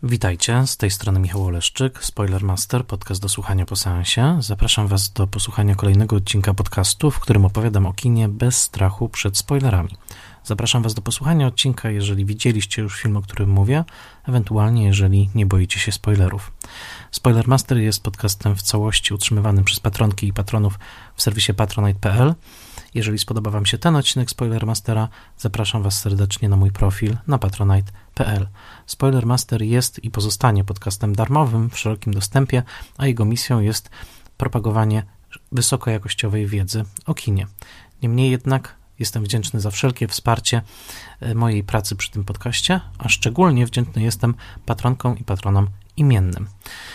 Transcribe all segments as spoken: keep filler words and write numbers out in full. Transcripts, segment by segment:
Witajcie, z tej strony Michał Oleszczyk, Spoilermaster, podcast do słuchania po seansie. Zapraszam Was do posłuchania kolejnego odcinka podcastu, w którym opowiadam o kinie bez strachu przed spoilerami. Zapraszam Was do posłuchania odcinka, jeżeli widzieliście już film, o którym mówię, ewentualnie jeżeli nie boicie się spoilerów. Spoilermaster jest podcastem w całości utrzymywanym przez patronki i patronów w serwisie patronite kropka p l. Jeżeli spodoba Wam się ten odcinek Spoilermastera, zapraszam Was serdecznie na mój profil na patronite kropka p l. Spoilermaster jest i pozostanie podcastem darmowym w szerokim dostępie, a jego misją jest propagowanie wysokojakościowej wiedzy o kinie. Niemniej jednak jestem wdzięczny za wszelkie wsparcie mojej pracy przy tym podcaście, a szczególnie wdzięczny jestem patronkom i patronom imiennym.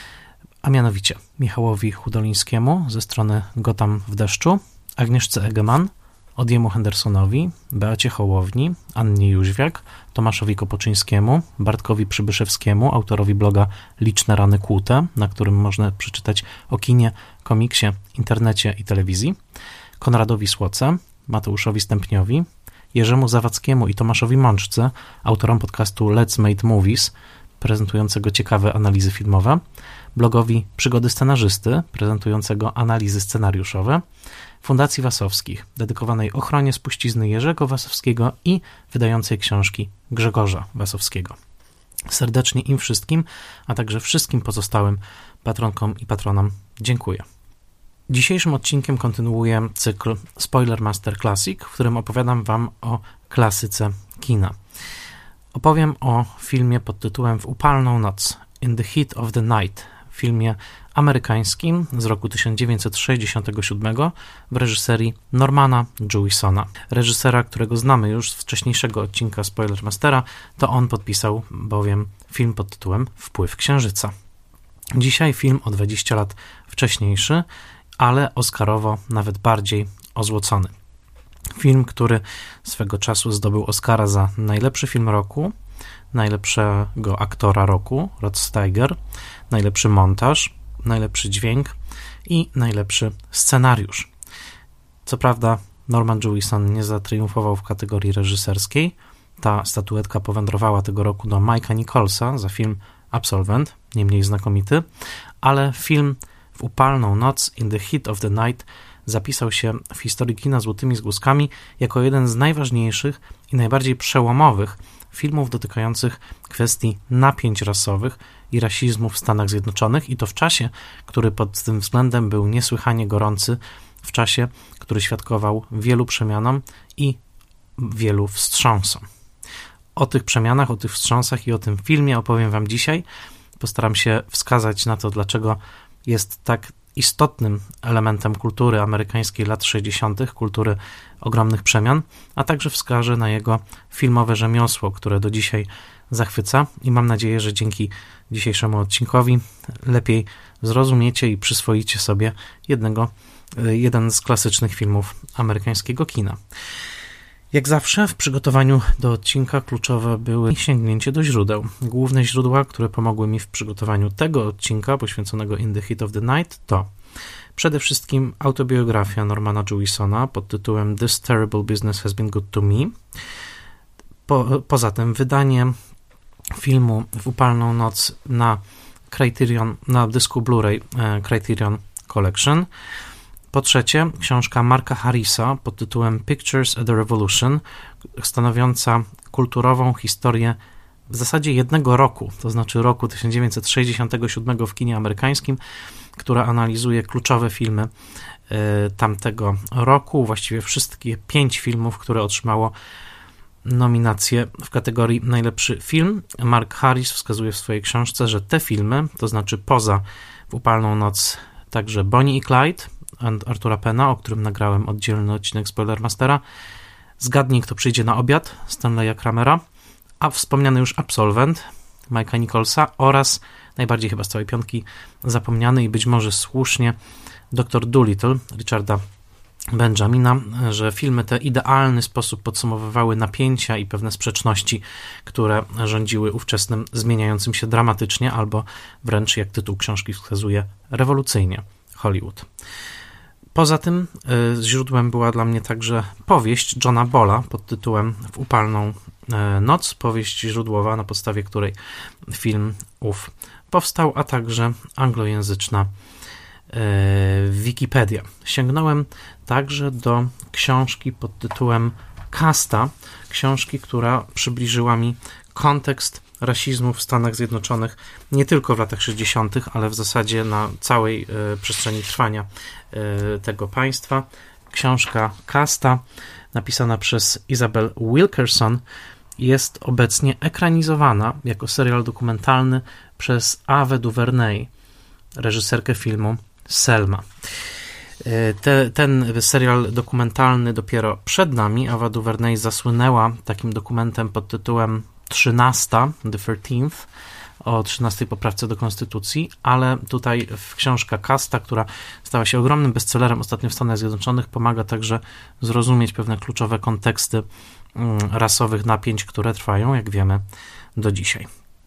A mianowicie Michałowi Hudolińskiemu ze strony Gotham w deszczu, Agnieszce Egeman, Odiemu Hendersonowi, Beacie Hołowni, Annie Jóźwiak, Tomaszowi Kopoczyńskiemu, Bartkowi Przybyszewskiemu, autorowi bloga Liczne rany kłute, na którym można przeczytać o kinie, komiksie, internecie i telewizji, Konradowi Słoce, Mateuszowi Stępniowi, Jerzemu Zawadzkiemu i Tomaszowi Mączce, autorom podcastu Let's Made Movies, prezentującego ciekawe analizy filmowe, blogowi Przygody Scenarzysty, prezentującego analizy scenariuszowe, Fundacji Wasowskich, dedykowanej ochronie spuścizny Jerzego Wasowskiego i wydającej książki Grzegorza Wasowskiego. Serdecznie im wszystkim, a także wszystkim pozostałym patronkom i patronom dziękuję. Dzisiejszym odcinkiem kontynuuję cykl Spoilermaster Classic, w którym opowiadam Wam o klasyce kina. Opowiem o filmie pod tytułem W upalną noc, In the Heat of the Night, filmie amerykańskim z roku tysiąc dziewięćset sześćdziesiątego siódmego w reżyserii Normana Jewisona. Reżysera, którego znamy już z wcześniejszego odcinka Spoilermastera, to on podpisał bowiem film pod tytułem Wpływ Księżyca. Dzisiaj film o dwadzieścia lat wcześniejszy, ale oscarowo nawet bardziej ozłocony. Film, który swego czasu zdobył Oscara za najlepszy film roku, najlepszego aktora roku, Rod Steiger, najlepszy montaż, najlepszy dźwięk i najlepszy scenariusz. Co prawda Norman Jewison nie zatriumfował w kategorii reżyserskiej. Ta statuetka powędrowała tego roku do Mike'a Nicholsa za film Absolvent, nie mniej znakomity, ale film W upalną noc, In the Heat of the Night, zapisał się w historii kina złotymi zgłuskami jako jeden z najważniejszych i najbardziej przełomowych filmów dotykających kwestii napięć rasowych i rasizmu w Stanach Zjednoczonych, i to w czasie, który pod tym względem był niesłychanie gorący, w czasie, który świadkował wielu przemianom i wielu wstrząsom. O tych przemianach, o tych wstrząsach i o tym filmie opowiem Wam dzisiaj. Postaram się wskazać na to, dlaczego jest tak istotnym elementem kultury amerykańskiej lat sześćdziesiątych, kultury ogromnych przemian, a także wskażę na jego filmowe rzemiosło, które do dzisiaj zachwyca, i mam nadzieję, że dzięki dzisiejszemu odcinkowi lepiej zrozumiecie i przyswoicie sobie jednego, jeden z klasycznych filmów amerykańskiego kina. Jak zawsze w przygotowaniu do odcinka kluczowe były sięgnięcie do źródeł. Główne źródła, które pomogły mi w przygotowaniu tego odcinka poświęconego In the Heat of the Night, to przede wszystkim autobiografia Normana Jewisona pod tytułem This Terrible Business Has Been Good to Me. Po, poza tym wydanie filmu W upalną noc na Criterion, na dysku Blu-ray Criterion Collection. Po trzecie, książka Marka Harrisa pod tytułem Pictures at the Revolution, stanowiąca kulturową historię w zasadzie jednego roku, to znaczy roku tysiąc dziewięćset sześćdziesiątego siódmego w kinie amerykańskim, która analizuje kluczowe filmy y, tamtego roku, właściwie wszystkie pięć filmów, które otrzymało nominację w kategorii najlepszy film. Mark Harris wskazuje w swojej książce, że te filmy, to znaczy poza W upalną noc także Bonnie i Clyde Artura Penna, o którym nagrałem oddzielny odcinek Spoilermastera, Zgadnij, kto przyjdzie na obiad Stanleya Kramera, a wspomniany już Absolvent Mike'a Nicholsa oraz najbardziej chyba z całej piątki zapomniany i być może słusznie doktor Dolittle Richarda Benjamina, że filmy te w idealny sposób podsumowywały napięcia i pewne sprzeczności, które rządziły ówczesnym zmieniającym się dramatycznie albo wręcz, jak tytuł książki wskazuje, rewolucyjnie Hollywood. Poza tym y, źródłem była dla mnie także powieść Johna Bolla pod tytułem W upalną Noc, powieść źródłowa, na podstawie której film ów powstał, a także anglojęzyczna Wikipedia. Sięgnąłem także do książki pod tytułem Kasta, książki, która przybliżyła mi kontekst rasizmu w Stanach Zjednoczonych nie tylko w latach sześćdziesiątych, ale w zasadzie na całej y, przestrzeni trwania y, tego państwa. Książka Kasta, napisana przez Isabel Wilkerson, jest obecnie ekranizowana jako serial dokumentalny przez Ave DuVernay, reżyserkę filmu Selma. Te, ten serial dokumentalny dopiero przed nami. Ava DuVernay zasłynęła takim dokumentem pod tytułem trzynaста, The thirteenth, o trzynastej poprawce do Konstytucji, ale tutaj w książka Kasta, która stała się ogromnym bestsellerem ostatnio w Stanach Zjednoczonych, pomaga także zrozumieć pewne kluczowe konteksty rasowych napięć, które trwają, jak wiemy, do dzisiaj.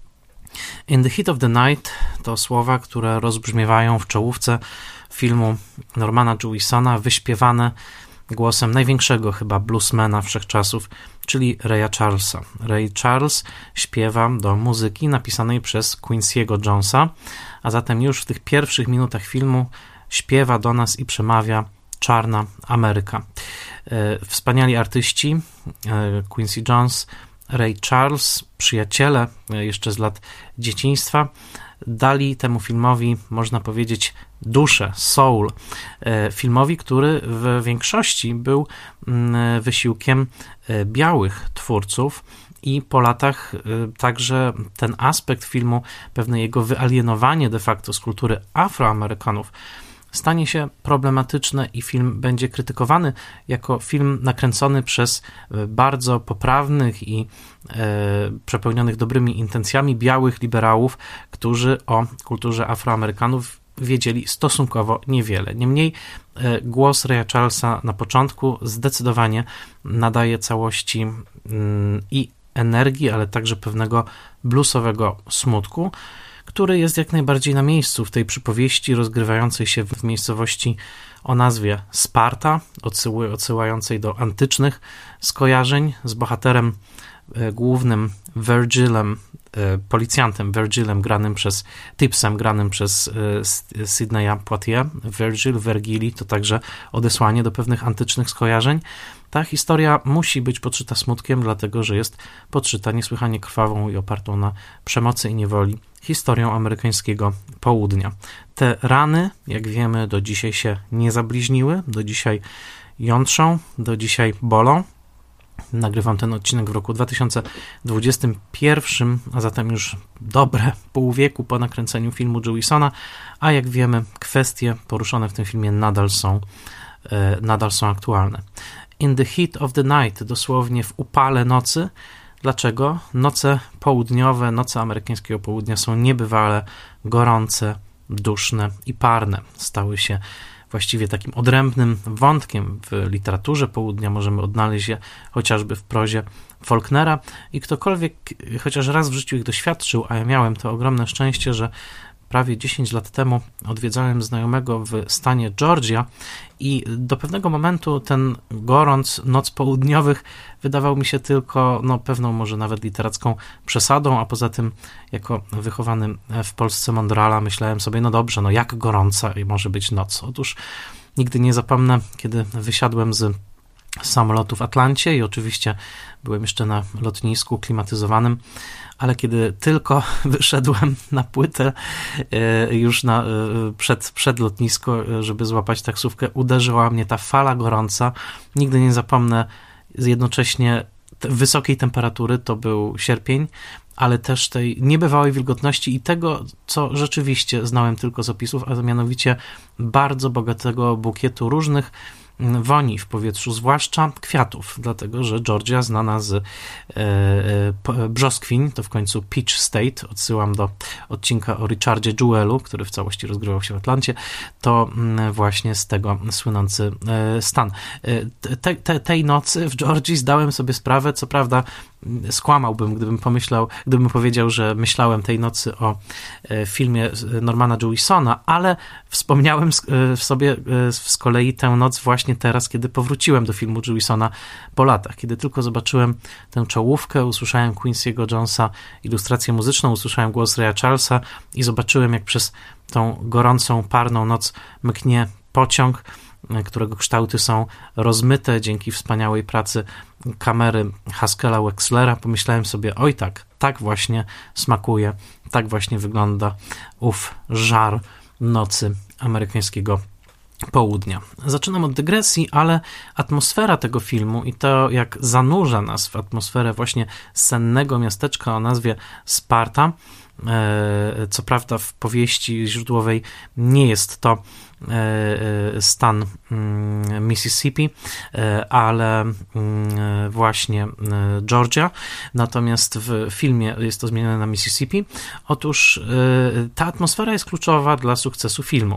In the Heat of the Night to słowa, które rozbrzmiewają w czołówce filmu Normana Jewisona, wyśpiewane głosem największego chyba bluesmana wszechczasów, czyli Raya Charlesa. Ray Charles śpiewa do muzyki napisanej przez Quincy'ego Jonesa, a zatem już w tych pierwszych minutach filmu śpiewa do nas i przemawia czarna Ameryka. Wspaniali artyści, Quincy Jones, Ray Charles, przyjaciele jeszcze z lat dzieciństwa, dali temu filmowi, można powiedzieć, duszę, soul. Filmowi, który w większości był wysiłkiem białych twórców i po latach także ten aspekt filmu, pewne jego wyalienowanie de facto z kultury Afroamerykanów stanie się problematyczne i film będzie krytykowany jako film nakręcony przez bardzo poprawnych i e, przepełnionych dobrymi intencjami białych liberałów, którzy o kulturze Afroamerykanów wiedzieli stosunkowo niewiele. Niemniej e, głos Raya Charlesa na początku zdecydowanie nadaje całości mm, i energii, ale także pewnego bluesowego smutku, który jest jak najbardziej na miejscu w tej przypowieści rozgrywającej się w miejscowości o nazwie Sparta, odsyły, odsyłającej do antycznych skojarzeń z bohaterem e, głównym Virgilem, e, policjantem Virgilem granym przez, Tipsem granym przez e, Sidneya Poitier. Virgil, Vergili to także odesłanie do pewnych antycznych skojarzeń. Ta historia musi być podszyta smutkiem, dlatego że jest podszyta niesłychanie krwawą i opartą na przemocy i niewoli historią amerykańskiego południa. Te rany, jak wiemy, do dzisiaj się nie zabliźniły, do dzisiaj jątrzą, do dzisiaj bolą. Nagrywam ten odcinek w roku dwa tysiące dwudziestym pierwszym, a zatem już dobre pół wieku po nakręceniu filmu Jewisona, a jak wiemy, kwestie poruszone w tym filmie nadal są, e, nadal są aktualne. In the heat of the night, dosłownie w upale nocy. Dlaczego? Noce południowe, noce amerykańskiego południa są niebywale gorące, duszne i parne. Stały się właściwie takim odrębnym wątkiem w literaturze południa. Możemy odnaleźć je chociażby w prozie Faulknera i ktokolwiek chociaż raz w życiu ich doświadczył, a ja miałem to ogromne szczęście, że prawie dziesięć lat temu odwiedzałem znajomego w stanie Georgia i do pewnego momentu ten gorąc noc południowych wydawał mi się tylko no, pewną może nawet literacką przesadą, a poza tym jako wychowany w Polsce mądrala myślałem sobie, no dobrze, no jak gorąca może być noc. Otóż nigdy nie zapomnę, kiedy wysiadłem z samolotu w Atlancie i oczywiście byłem jeszcze na lotnisku klimatyzowanym, ale kiedy tylko wyszedłem na płytę już na, przed, przed lotnisko, żeby złapać taksówkę, uderzyła mnie ta fala gorąca. Nigdy nie zapomnę jednocześnie wysokiej temperatury, to był sierpień, ale też tej niebywałej wilgotności i tego, co rzeczywiście znałem tylko z opisów, a mianowicie bardzo bogatego bukietu różnych woni w powietrzu, zwłaszcza kwiatów, dlatego że Georgia znana z e, e, brzoskwiń, to w końcu Peach State, odsyłam do odcinka o Richardzie Jewellu, który w całości rozgrywał się w Atlancie, to m, właśnie z tego słynący e, stan. E, te, te, tej nocy w Georgii zdałem sobie sprawę, co prawda skłamałbym, gdybym pomyślał, gdybym powiedział, że myślałem tej nocy o e, filmie Normana Jewisona, ale wspomniałem z, e, w sobie e, z kolei tę noc właśnie właśnie teraz, kiedy powróciłem do filmu Jewisona po latach. Kiedy tylko zobaczyłem tę czołówkę, usłyszałem Quincy'ego Jonesa ilustrację muzyczną, usłyszałem głos Raya Charlesa i zobaczyłem, jak przez tą gorącą, parną noc mknie pociąg, którego kształty są rozmyte dzięki wspaniałej pracy kamery Haskella Wexlera. Pomyślałem sobie, oj tak, tak właśnie smakuje, tak właśnie wygląda ów żar nocy amerykańskiego południa. Zaczynam od dygresji, ale atmosfera tego filmu i to, jak zanurza nas w atmosferę właśnie sennego miasteczka o nazwie Sparta, co prawda w powieści źródłowej nie jest to stan Mississippi, ale właśnie Georgia, natomiast w filmie jest to zmienione na Mississippi. Otóż ta atmosfera jest kluczowa dla sukcesu filmu.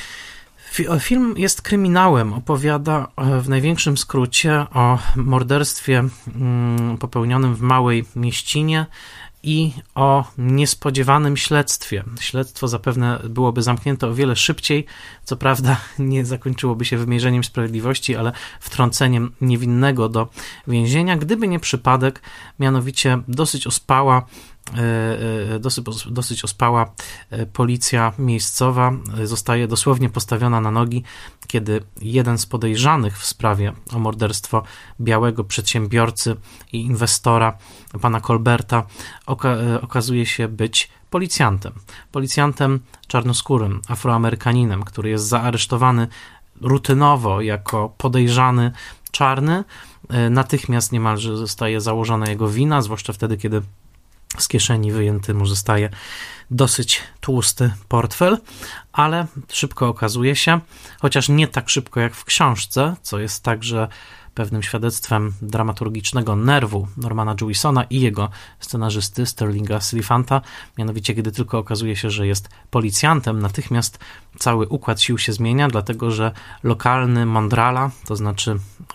Film jest kryminałem, opowiada w największym skrócie o morderstwie popełnionym w małej mieścinie i o niespodziewanym śledztwie. Śledztwo zapewne byłoby zamknięte o wiele szybciej, co prawda nie zakończyłoby się wymierzeniem sprawiedliwości, ale wtrąceniem niewinnego do więzienia, gdyby nie przypadek, mianowicie dosyć ospała Dosyć, dosyć ospała policja miejscowa zostaje dosłownie postawiona na nogi, kiedy jeden z podejrzanych w sprawie o morderstwo białego przedsiębiorcy i inwestora, pana Colberta, oka- okazuje się być policjantem. Policjantem czarnoskórym, afroamerykaninem, który jest zaaresztowany rutynowo jako podejrzany czarny. Natychmiast niemalże zostaje założona jego wina, zwłaszcza wtedy, kiedy z kieszeni wyjęty mu zostaje dosyć tłusty portfel, ale szybko okazuje się, chociaż nie tak szybko jak w książce, co jest także pewnym świadectwem dramaturgicznego nerwu Normana Jewisona i jego scenarzysty Sterlinga Silifanta, mianowicie kiedy tylko okazuje się, że jest policjantem, natychmiast cały układ sił się zmienia, dlatego że lokalny Mondrala, to znaczy e,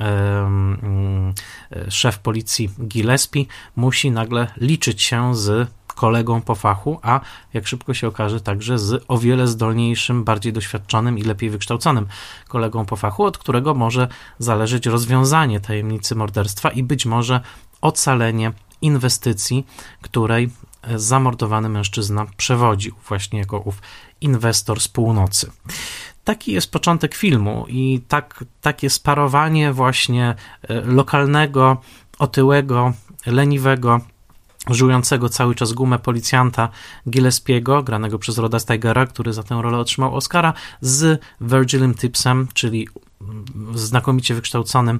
e, szef policji Gillespie, musi nagle liczyć się z kolegą po fachu, a jak szybko się okaże, także z o wiele zdolniejszym, bardziej doświadczonym i lepiej wykształconym kolegą po fachu, od którego może zależeć rozwiązanie tajemnicy morderstwa i być może ocalenie inwestycji, której zamordowany mężczyzna przewodził, właśnie jako ów inwestor z północy. Taki jest początek filmu i tak, takie sparowanie właśnie lokalnego, otyłego, leniwego, żującego cały czas gumę policjanta Gillespiego, granego przez Roda Steigera, który za tę rolę otrzymał Oscara, z Virgilem Tipsem, czyli znakomicie wykształconym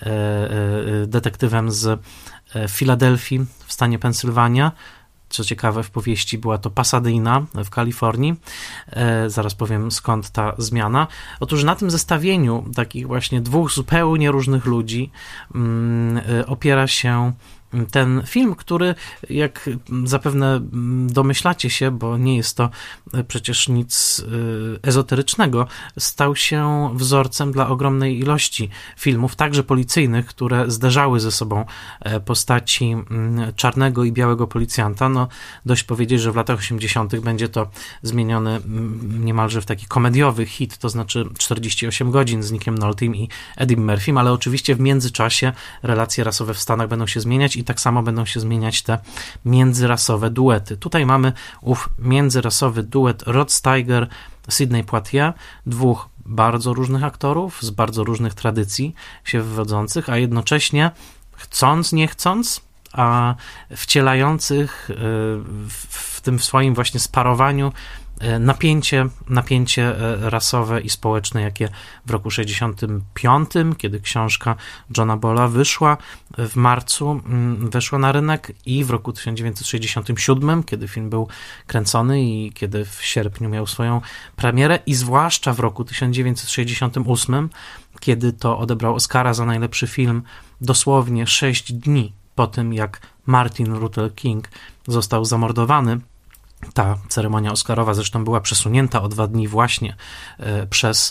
detektywem z Filadelfii w stanie Pensylwania. Co ciekawe, w powieści była to Pasadena w Kalifornii. E, zaraz powiem, skąd ta zmiana. Otóż na tym zestawieniu takich właśnie dwóch zupełnie różnych ludzi mm, opiera się ten film, który, jak zapewne domyślacie się, bo nie jest to przecież nic ezoterycznego, stał się wzorcem dla ogromnej ilości filmów, także policyjnych, które zderzały ze sobą postaci czarnego i białego policjanta. No, dość powiedzieć, że w latach osiemdziesiątych będzie to zmieniony niemalże w taki komediowy hit, to znaczy czterdzieści osiem godzin z Nickiem Noltym i Eddie Murphym, ale oczywiście w międzyczasie relacje rasowe w Stanach będą się zmieniać i tak samo będą się zmieniać te międzyrasowe duety. Tutaj mamy ów międzyrasowy duet Rod Steiger, Sidney Poitier, dwóch bardzo różnych aktorów z bardzo różnych tradycji się wywodzących, a jednocześnie chcąc, nie chcąc, a wcielających w tym swoim właśnie sparowaniu napięcie, napięcie rasowe i społeczne, jakie w roku sześćdziesiątym piątym, kiedy książka Johna Bolla wyszła w marcu, weszła na rynek, i w roku tysiąc dziewięćset sześćdziesiątym siódmym, kiedy film był kręcony i kiedy w sierpniu miał swoją premierę, i zwłaszcza w roku tysiąc dziewięćset sześćdziesiątym ósmym, kiedy to odebrał Oscara za najlepszy film dosłownie sześć dni po tym, jak Martin Luther King został zamordowany. Ta ceremonia oscarowa zresztą była przesunięta o dwa dni właśnie przez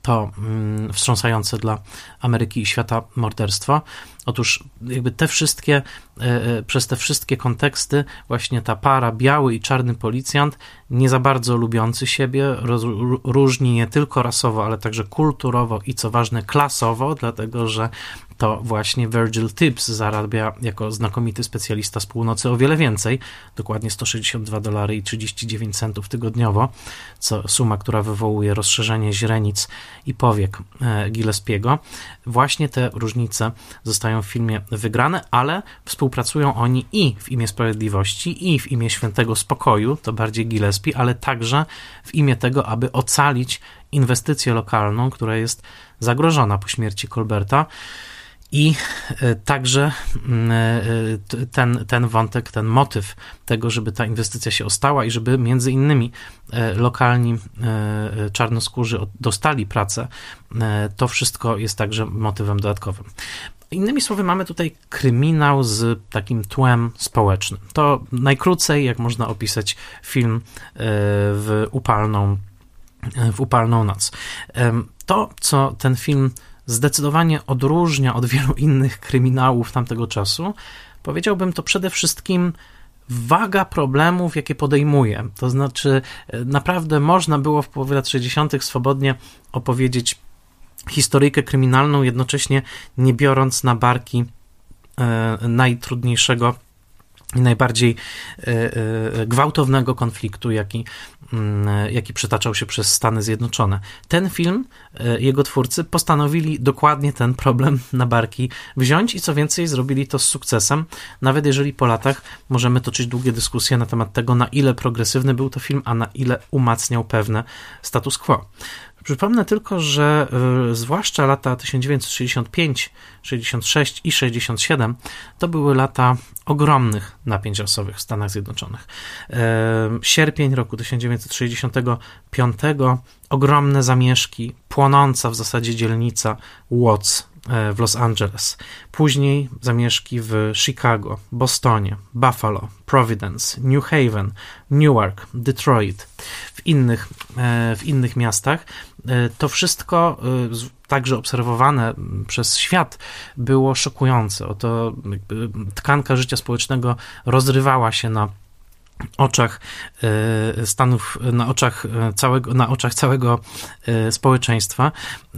to mm, wstrząsające dla Ameryki i świata morderstwo. Otóż jakby te wszystkie, y, przez te wszystkie konteksty właśnie ta para, biały i czarny policjant, nie za bardzo lubiący siebie, roz, różni nie tylko rasowo, ale także kulturowo i co ważne klasowo, dlatego że to właśnie Virgil Tibbs zarabia jako znakomity specjalista z północy o wiele więcej, dokładnie sto sześćdziesiąt dwa dolary i trzydzieści dziewięć centów tygodniowo, co suma, która wywołuje rozszerzenie źrenic i powiek Gillespiego. Właśnie te różnice zostają w filmie wygrane, ale współpracują oni i w imię sprawiedliwości, i w imię świętego spokoju, to bardziej Gillespie, ale także w imię tego, aby ocalić inwestycję lokalną, która jest zagrożona po śmierci Colberta. I także ten, ten wątek, ten motyw tego, żeby ta inwestycja się ostała i żeby między innymi lokalni czarnoskórzy dostali pracę, to wszystko jest także motywem dodatkowym. Innymi słowy, mamy tutaj kryminał z takim tłem społecznym. To najkrócej, jak można opisać film w upalną, w upalną noc. To, co ten film zdecydowanie odróżnia od wielu innych kryminałów tamtego czasu, powiedziałbym, to przede wszystkim waga problemów, jakie podejmuje. To znaczy, naprawdę można było w połowie lat sześćdziesiątych swobodnie opowiedzieć historyjkę kryminalną, jednocześnie nie biorąc na barki e, najtrudniejszego i najbardziej e, e, gwałtownego konfliktu, jaki, m, jaki przetaczał się przez Stany Zjednoczone. Ten film, e, jego twórcy postanowili dokładnie ten problem na barki wziąć i co więcej zrobili to z sukcesem, nawet jeżeli po latach możemy toczyć długie dyskusje na temat tego, na ile progresywny był to film, a na ile umacniał pewne status quo. Przypomnę tylko, że y, zwłaszcza lata tysiąc dziewięćset sześćdziesiąt pięć, sześćdziesiąt sześć i sześćdziesiąt siedem to były lata ogromnych napięć rasowych w Stanach Zjednoczonych. Y, sierpień roku tysiąc dziewięćset sześćdziesiątego piątego, ogromne zamieszki, płonąca w zasadzie dzielnica Watts w Los Angeles. Później zamieszki w Chicago, Bostonie, Buffalo, Providence, New Haven, Newark, Detroit, w innych, w innych miastach. To wszystko, także obserwowane przez świat, było szokujące. Oto tkanka życia społecznego rozrywała się na oczach Stanów, na oczach całego, na oczach całego społeczeństwa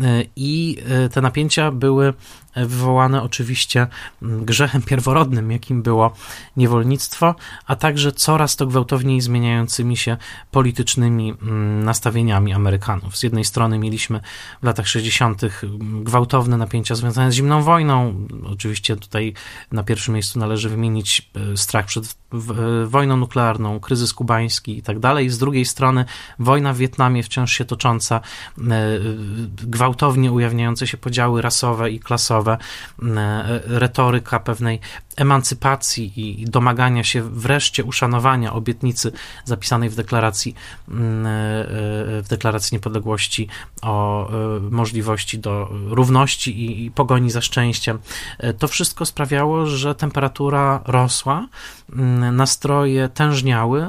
i te napięcia były wywołane oczywiście grzechem pierworodnym, jakim było niewolnictwo, a także coraz to gwałtowniej zmieniającymi się politycznymi nastawieniami Amerykanów. Z jednej strony mieliśmy w latach sześćdziesiątych gwałtowne napięcia związane z zimną wojną. Oczywiście tutaj na pierwszym miejscu należy wymienić strach przed wojną nuklearną, kryzys kubański i tak dalej. Z drugiej strony wojna w Wietnamie wciąż się tocząca, gwałtownie ujawniające się podziały rasowe i klasowe, retoryka pewnej emancypacji i domagania się wreszcie uszanowania obietnicy zapisanej w deklaracji w deklaracji niepodległości o możliwości do równości i pogoni za szczęściem. To wszystko sprawiało, że temperatura rosła, nastroje tężniały,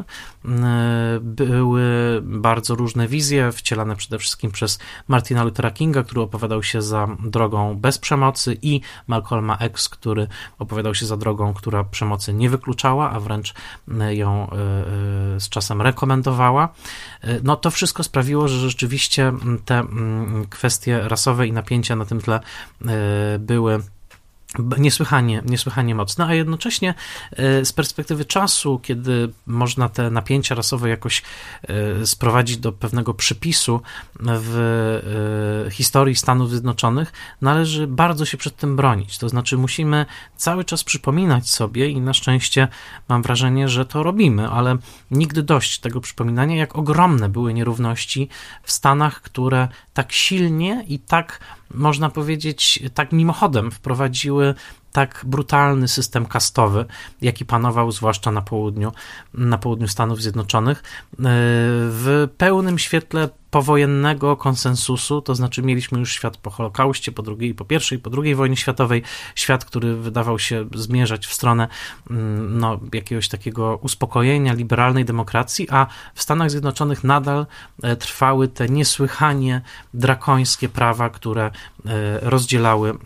były bardzo różne wizje, wcielane przede wszystkim przez Martina Luthera Kinga, który opowiadał się za drogą bez przemocy, i Malcolma X, który opowiadał się za drogą, która przemocy nie wykluczała, a wręcz ją z czasem rekomendowała. No to wszystko sprawiło, że rzeczywiście te kwestie rasowe i napięcia na tym tle były niesłychanie, niesłychanie mocne, a jednocześnie z perspektywy czasu, kiedy można te napięcia rasowe jakoś sprowadzić do pewnego przypisu w historii Stanów Zjednoczonych, należy bardzo się przed tym bronić. To znaczy musimy cały czas przypominać sobie, i na szczęście mam wrażenie, że to robimy, ale nigdy dość tego przypominania, jak ogromne były nierówności w Stanach, które tak silnie i tak, można powiedzieć, tak mimochodem wprowadziły tak brutalny system kastowy, jaki panował zwłaszcza na południu, na południu Stanów Zjednoczonych, w pełnym świetle powojennego konsensusu, to znaczy mieliśmy już świat po Holokauście, po drugiej, po pierwszej, po drugiej wojnie światowej, świat, który wydawał się zmierzać w stronę no, jakiegoś takiego uspokojenia, liberalnej demokracji, a w Stanach Zjednoczonych nadal trwały te niesłychanie drakońskie prawa, które rozdzielały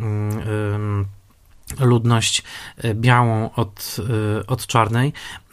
ludność białą od, od czarnej.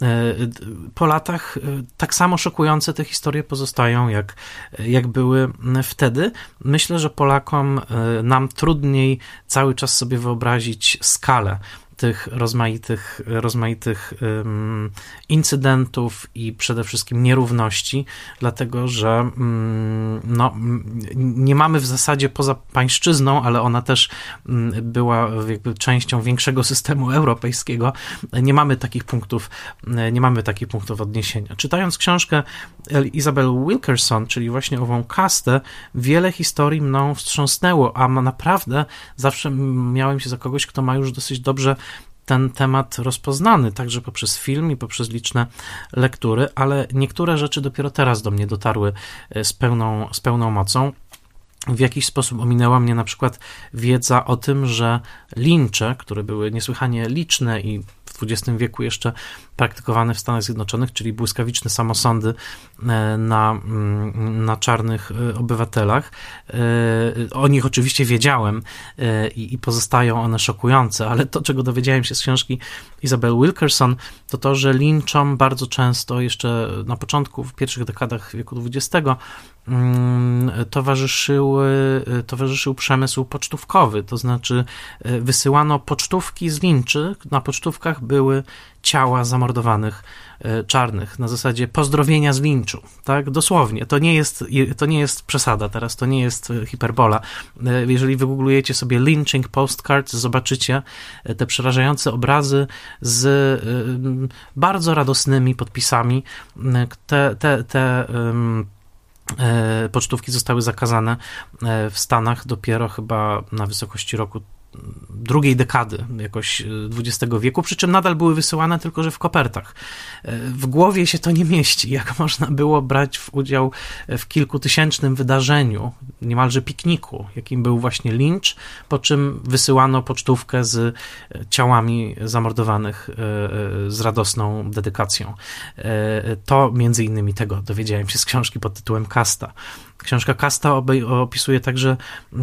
Po latach tak samo szokujące te historie pozostają, jak, jak były wtedy. Myślę, że Polakom nam trudniej cały czas sobie wyobrazić skalę tych rozmaitych, rozmaitych um, incydentów i przede wszystkim nierówności, dlatego że um, no, nie mamy w zasadzie poza pańszczyzną, ale ona też um, była jakby częścią większego systemu europejskiego, nie mamy takich punktów, nie mamy takich punktów odniesienia. Czytając książkę Isabel Wilkerson, czyli właśnie ową kastę, wiele historii mną wstrząsnęło, a naprawdę zawsze miałem się za kogoś, kto ma już dosyć dobrze ten temat rozpoznany, także poprzez film i poprzez liczne lektury, ale niektóre rzeczy dopiero teraz do mnie dotarły z pełną, z pełną mocą. W jakiś sposób ominęła mnie na przykład wiedza o tym, że lincze, które były niesłychanie liczne i w dwudziestym wieku jeszcze praktykowane w Stanach Zjednoczonych, czyli błyskawiczne samosądy na, na czarnych obywatelach. O nich oczywiście wiedziałem i, i pozostają one szokujące, ale to, czego dowiedziałem się z książki Isabel Wilkerson, to to, że linczom bardzo często jeszcze na początku, w pierwszych dekadach wieku dwudziestego towarzyszył, towarzyszył przemysł pocztówkowy, to znaczy wysyłano pocztówki z linczy, na pocztówkach były ciała zamordowanych czarnych, na zasadzie pozdrowienia z linczu, tak, dosłownie, to nie jest, to nie jest przesada teraz, to nie jest hiperbola. Jeżeli wygooglujecie sobie lynching postcards, zobaczycie te przerażające obrazy z bardzo radosnymi podpisami, te, te, te pocztówki zostały zakazane w Stanach dopiero chyba na wysokości roku drugiej dekady jakoś dwudziestego wieku, przy czym nadal były wysyłane, tylko że w kopertach. W głowie się to nie mieści, jak można było brać w udział w kilkutysięcznym wydarzeniu, niemalże pikniku, jakim był właśnie lincz, po czym wysyłano pocztówkę z ciałami zamordowanych z radosną dedykacją. To między innymi tego dowiedziałem się z książki pod tytułem Kasta. Książka Kasta opisuje także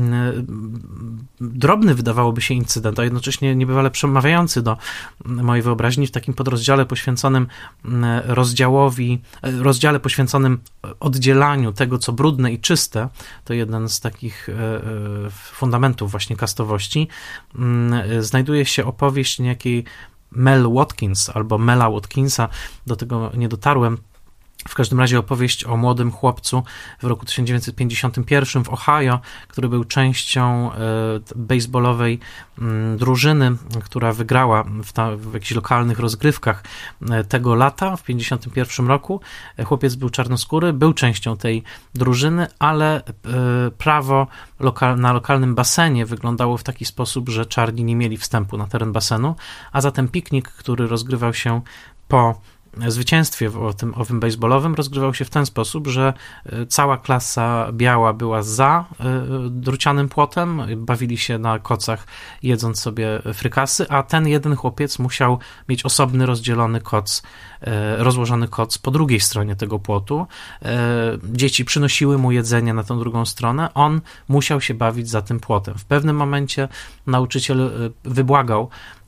drobny, wydawałoby się, incydent, a jednocześnie niebywale przemawiający do mojej wyobraźni w takim podrozdziale poświęconym rozdziałowi, rozdziale poświęconym oddzielaniu tego, co brudne i czyste. To jeden z takich fundamentów właśnie kastowości. Znajduje się opowieść niejakiej Mel Watkins albo Mela Watkinsa, do tego nie dotarłem. W każdym razie opowieść o młodym chłopcu w roku tysiąc dziewięćset pięćdziesiątym pierwszym w Ohio, który był częścią baseballowej drużyny, która wygrała w, ta, w jakichś lokalnych rozgrywkach tego lata, w pięćdziesiątym pierwszym roku. Chłopiec był czarnoskóry, był częścią tej drużyny, ale prawo lokal, na lokalnym basenie wyglądało w taki sposób, że czarni nie mieli wstępu na teren basenu, a zatem piknik, który rozgrywał się po zwycięstwie w tym owym baseballowym, rozgrywał się w ten sposób, że cała klasa biała była za drucianym płotem, bawili się na kocach, jedząc sobie frykasy, a ten jeden chłopiec musiał mieć osobny, rozdzielony koc, rozłożony koc po drugiej stronie tego płotu. Dzieci przynosiły mu jedzenie na tą drugą stronę, on musiał się bawić za tym płotem. W pewnym momencie nauczyciel wybłagał,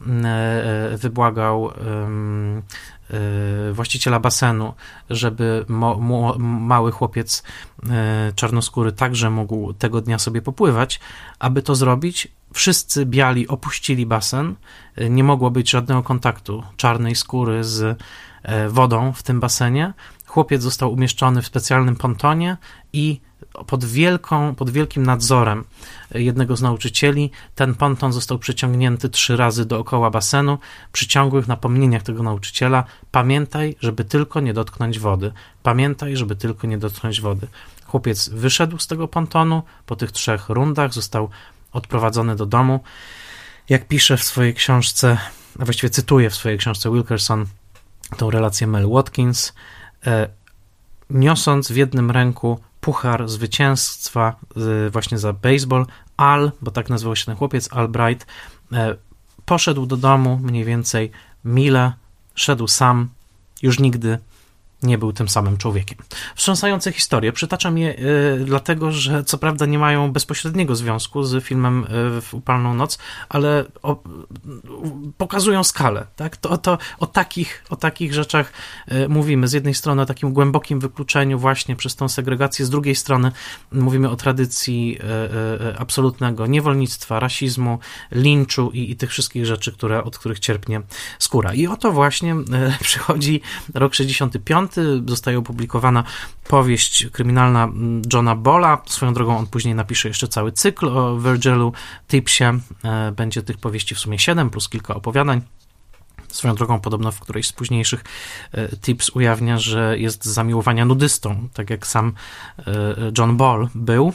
wybłagał właściciela basenu, żeby mo, mo, mały chłopiec czarnoskóry także mógł tego dnia sobie popływać. Aby to zrobić, wszyscy biali opuścili basen, nie mogło być żadnego kontaktu czarnej skóry z wodą w tym basenie. Chłopiec został umieszczony w specjalnym pontonie i pod, wielką, pod wielkim nadzorem jednego z nauczycieli ten ponton został przyciągnięty trzy razy dookoła basenu, przy ciągłych napomnieniach tego nauczyciela: pamiętaj, żeby tylko nie dotknąć wody, pamiętaj, żeby tylko nie dotknąć wody. Chłopiec wyszedł z tego pontonu, po tych trzech rundach został odprowadzony do domu Jak pisze w swojej książce, a właściwie cytuje w swojej książce Wilkerson tą relację Mel Watkins, e, niosąc w jednym ręku puchar zwycięstwa e, właśnie za baseball, Al, bo tak nazywał się ten chłopiec, Al Bright, e, poszedł do domu mniej więcej mile, szedł sam, już nigdy nie był tym samym człowiekiem. Wstrząsające historie. Przytaczam je y, dlatego, że co prawda nie mają bezpośredniego związku z filmem y, w Upalną noc, ale o, y, pokazują skalę. Tak? To, to o, takich, o takich rzeczach y, mówimy. Z jednej strony o takim głębokim wykluczeniu właśnie przez tą segregację, z drugiej strony mówimy o tradycji y, y, absolutnego niewolnictwa, rasizmu, linczu i, i tych wszystkich rzeczy, które, od których cierpnie skóra. I oto właśnie y, przychodzi rok sześćdziesiąty piąty, zostaje opublikowana powieść kryminalna Johna Balla. Swoją drogą on później napisze jeszcze cały cykl o Virgilu Tippsie. Będzie tych powieści w sumie siedem, plus kilka opowiadań. Swoją drogą, podobno w którejś z późniejszych Tipps ujawnia, że jest z zamiłowania nudystą, tak jak sam John Ball był,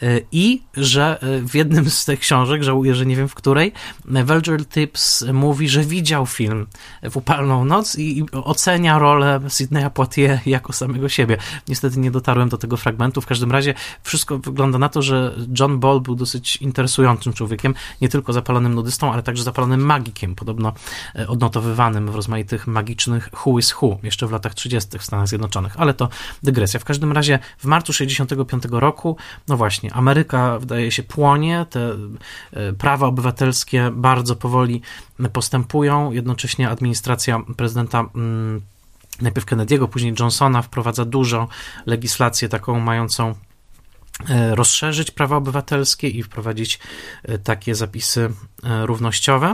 i że w jednym z tych książek, żałuję, że nie wiem w której, Virgil Tipps mówi, że widział film w Upalną noc i ocenia rolę Sidneya Poitier jako samego siebie. Niestety nie dotarłem do tego fragmentu. W każdym razie wszystko wygląda na to, że John Ball był dosyć interesującym człowiekiem, nie tylko zapalonym nudystą, ale także zapalonym magikiem, podobno odnotowywany w rozmaitych magicznych who is who, jeszcze w latach trzydziestych w Stanach Zjednoczonych, ale to dygresja. W każdym razie w marcu sześćdziesiątego piątego roku, no właśnie, Ameryka wydaje się płonie, te prawa obywatelskie bardzo powoli postępują, jednocześnie administracja prezydenta hmm, najpierw Kennedy'ego, później Johnsona wprowadza dużą legislację taką mającą rozszerzyć prawa obywatelskie i wprowadzić takie zapisy równościowe.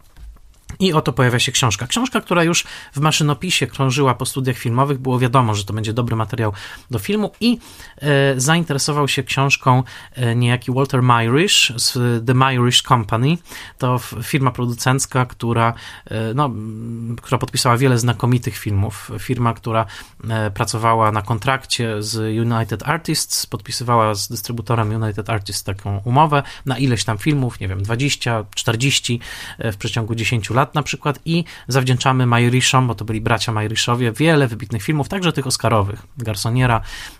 I oto pojawia się książka. Książka, która już w maszynopisie krążyła po studiach filmowych. Było wiadomo, że to będzie dobry materiał do filmu i e, zainteresował się książką e, niejaki Walter Myrish z The Myrish Company. To firma producencka, która, e, no, która podpisała wiele znakomitych filmów. Firma, która e, pracowała na kontrakcie z United Artists, podpisywała z dystrybutorem United Artists taką umowę na ileś tam filmów, nie wiem, dwadzieścia, czterdzieści e, w przeciągu dziesięciu lat na przykład i zawdzięczamy Myrishom, bo to byli bracia Myrishowie, wiele wybitnych filmów, także tych oscarowych, Garsoniera,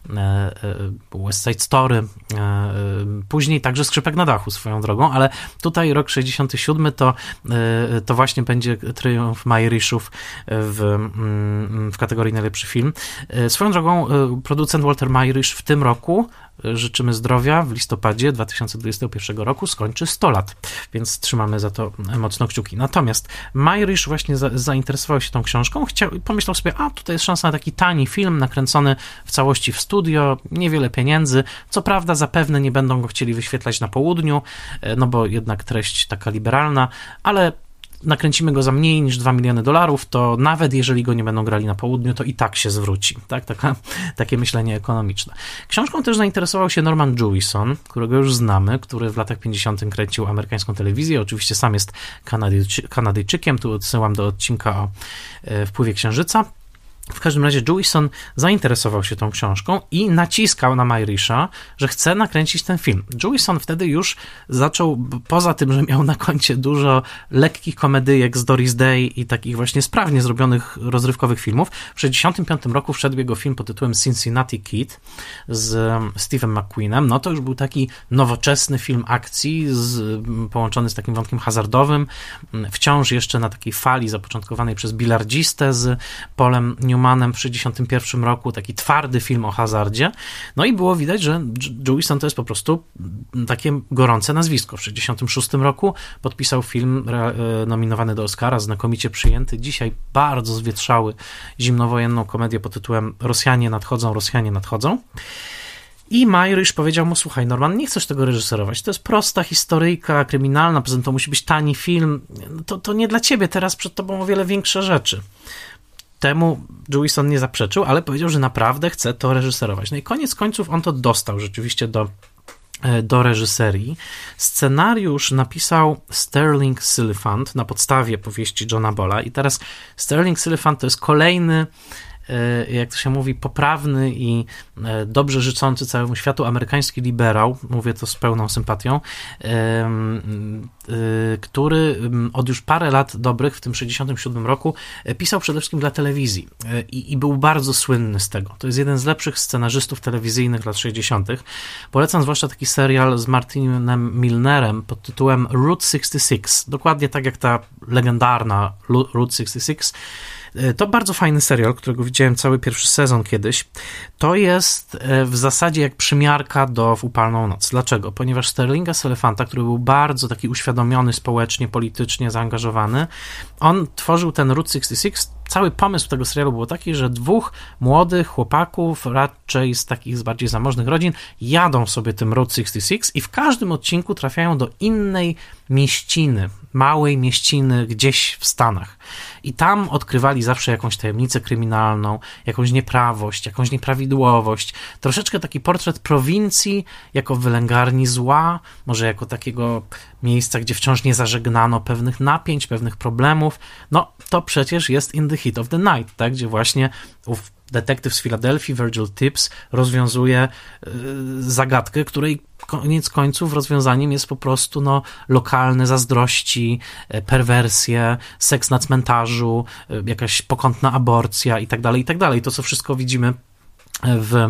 West Side Story, później także Skrzypek na dachu swoją drogą, ale tutaj rok sześćdziesiąty siódmy to, to właśnie będzie triumf Myrishów w, w kategorii najlepszy film. Swoją drogą producent Walter Myrish w tym roku, życzymy zdrowia, w listopadzie dwa tysiące dwudziestego pierwszego roku skończy sto lat, więc trzymamy za to mocno kciuki. Natomiast Myrish właśnie za, zainteresował się tą książką, chciał, pomyślał sobie, a tutaj jest szansa na taki tani film, nakręcony w całości w studio, niewiele pieniędzy, co prawda zapewne nie będą go chcieli wyświetlać na południu, no bo jednak treść taka liberalna, ale nakręcimy go za mniej niż dwa miliony dolarów, to nawet jeżeli go nie będą grali na południu, to i tak się zwróci. Tak? Taka, takie myślenie ekonomiczne. Książką też zainteresował się Norman Jewison, którego już znamy, który w latach pięćdziesiątych kręcił amerykańską telewizję. Oczywiście sam jest Kanadyjczy, Kanadyjczykiem. Tu odsyłam do odcinka o e, wpływie Księżyca. W każdym razie Jewison zainteresował się tą książką i naciskał na Myrisha, że chce nakręcić ten film. Jewison wtedy już zaczął, poza tym, że miał na koncie dużo lekkich komedyjek z Doris Day i takich właśnie sprawnie zrobionych rozrywkowych filmów, w sześćdziesiątym piątym roku wszedł jego film pod tytułem Cincinnati Kid z Steve'em McQueenem. No to już był taki nowoczesny film akcji z, połączony z takim wątkiem hazardowym, wciąż jeszcze na takiej fali zapoczątkowanej przez bilardzistę z Polem Newmanem w sześćdziesiątym pierwszym roku, taki twardy film o hazardzie. No i było widać, że Jewison to jest po prostu takie gorące nazwisko. W sześćdziesiątym szóstym roku podpisał film nominowany do Oscara, znakomicie przyjęty. Dzisiaj bardzo zwietrzały zimnowojenną komedię pod tytułem Rosjanie nadchodzą, Rosjanie nadchodzą. I Myrish powiedział mu, słuchaj Norman, nie chcesz tego reżyserować, to jest prosta historyjka kryminalna, poza tym to musi być tani film, to, to nie dla ciebie, teraz przed tobą o wiele większe rzeczy. Temu Jewison nie zaprzeczył, ale powiedział, że naprawdę chce to reżyserować. No i koniec końców on to dostał rzeczywiście do, do reżyserii. Scenariusz napisał Sterling Siliphant na podstawie powieści Johna Balla i teraz Sterling Siliphant to jest kolejny jak to się mówi, poprawny i dobrze życzący całemu światu amerykański liberał, mówię to z pełną sympatią, który od już parę lat dobrych, w tym sześćdziesiątym siódmym roku, pisał przede wszystkim dla telewizji i, i był bardzo słynny z tego. To jest jeden z lepszych scenarzystów telewizyjnych lat sześćdziesiątych. Polecam zwłaszcza taki serial z Martinem Milnerem pod tytułem Route sześćdziesiąt sześć. Dokładnie tak jak ta legendarna Route sześćdziesiąt sześć. To bardzo fajny serial, którego widziałem cały pierwszy sezon kiedyś. To jest w zasadzie jak przymiarka do W upalną noc. Dlaczego? Ponieważ Sterlinga Selefanta, który był bardzo taki uświadomiony społecznie, politycznie zaangażowany, on tworzył ten Route sześćdziesiąt sześć. Cały pomysł tego serialu był taki, że dwóch młodych chłopaków, raczej z takich z bardziej zamożnych rodzin, jadą sobie tym Route sześćdziesiąt sześć i w każdym odcinku trafiają do innej mieściny, małej mieściny gdzieś w Stanach. I tam odkrywali zawsze jakąś tajemnicę kryminalną, jakąś nieprawość, jakąś nieprawidłowość. Troszeczkę taki portret prowincji jako wylęgarni zła, może jako takiego miejsca, gdzie wciąż nie zażegnano pewnych napięć, pewnych problemów. No, to przecież jest In the Heat of the Night, tak? Gdzie właśnie ów detektyw z Filadelfii, Virgil Tibbs, rozwiązuje yy, zagadkę, której koniec końców rozwiązaniem jest po prostu no, lokalne zazdrości, perwersje, seks na cmentarzu, jakaś pokątna aborcja i tak dalej, i tak dalej. To, co wszystko widzimy w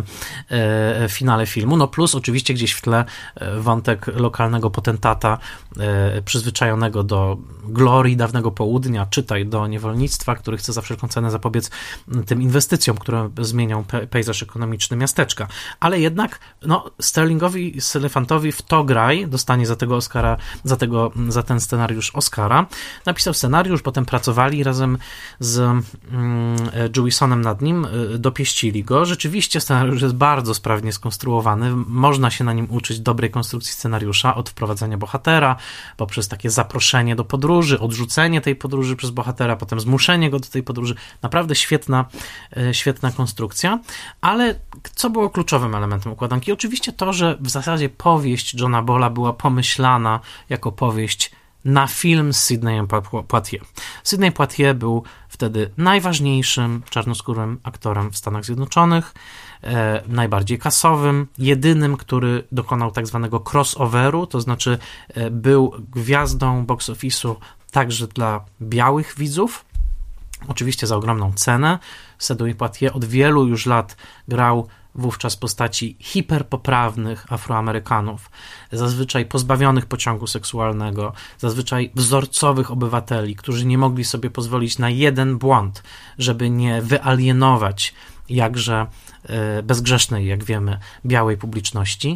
finale filmu, no plus oczywiście gdzieś w tle wątek lokalnego potentata przyzwyczajonego do glorii dawnego południa, czytaj do niewolnictwa, który chce za wszelką cenę zapobiec tym inwestycjom, które zmienią pe- pejzaż ekonomiczny miasteczka. Ale jednak no, Sterlingowi Selefantowi w to graj, dostanie za tego Oscara, za, tego, za ten scenariusz Oscara. Napisał scenariusz, potem pracowali razem z mm, Jewisonem nad nim, dopieścili go. Rzeczywiście scenariusz jest bardzo sprawnie skonstruowany, można się na nim uczyć dobrej konstrukcji scenariusza, od wprowadzenia bohatera, poprzez takie zaproszenie do podróży, odrzucenie tej podróży przez bohatera, potem zmuszenie go do tej podróży. Naprawdę świetna, świetna konstrukcja, ale co było kluczowym elementem układanki? Oczywiście to, że w zasadzie powieść Johna Bola była pomyślana jako powieść na film z Sidneyem Poitier. Sidney Poitier był wtedy najważniejszym czarnoskórym aktorem w Stanach Zjednoczonych, e, najbardziej kasowym, jedynym, który dokonał tak zwanego crossoveru, to znaczy e, był gwiazdą box office'u także dla białych widzów, oczywiście za ogromną cenę. Sidney Poitier od wielu już lat grał wówczas postaci hiperpoprawnych Afroamerykanów, zazwyczaj pozbawionych pociągu seksualnego, zazwyczaj wzorcowych obywateli, którzy nie mogli sobie pozwolić na jeden błąd, żeby nie wyalienować jakże bezgrzesznej, jak wiemy, białej publiczności.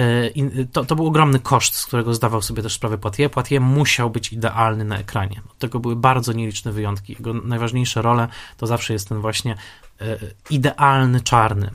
I to, to był ogromny koszt, z którego zdawał sobie też sprawę Poitier. Poitier musiał być idealny na ekranie. Od tego były bardzo nieliczne wyjątki. Jego najważniejsze role to zawsze jest ten właśnie idealny czarny,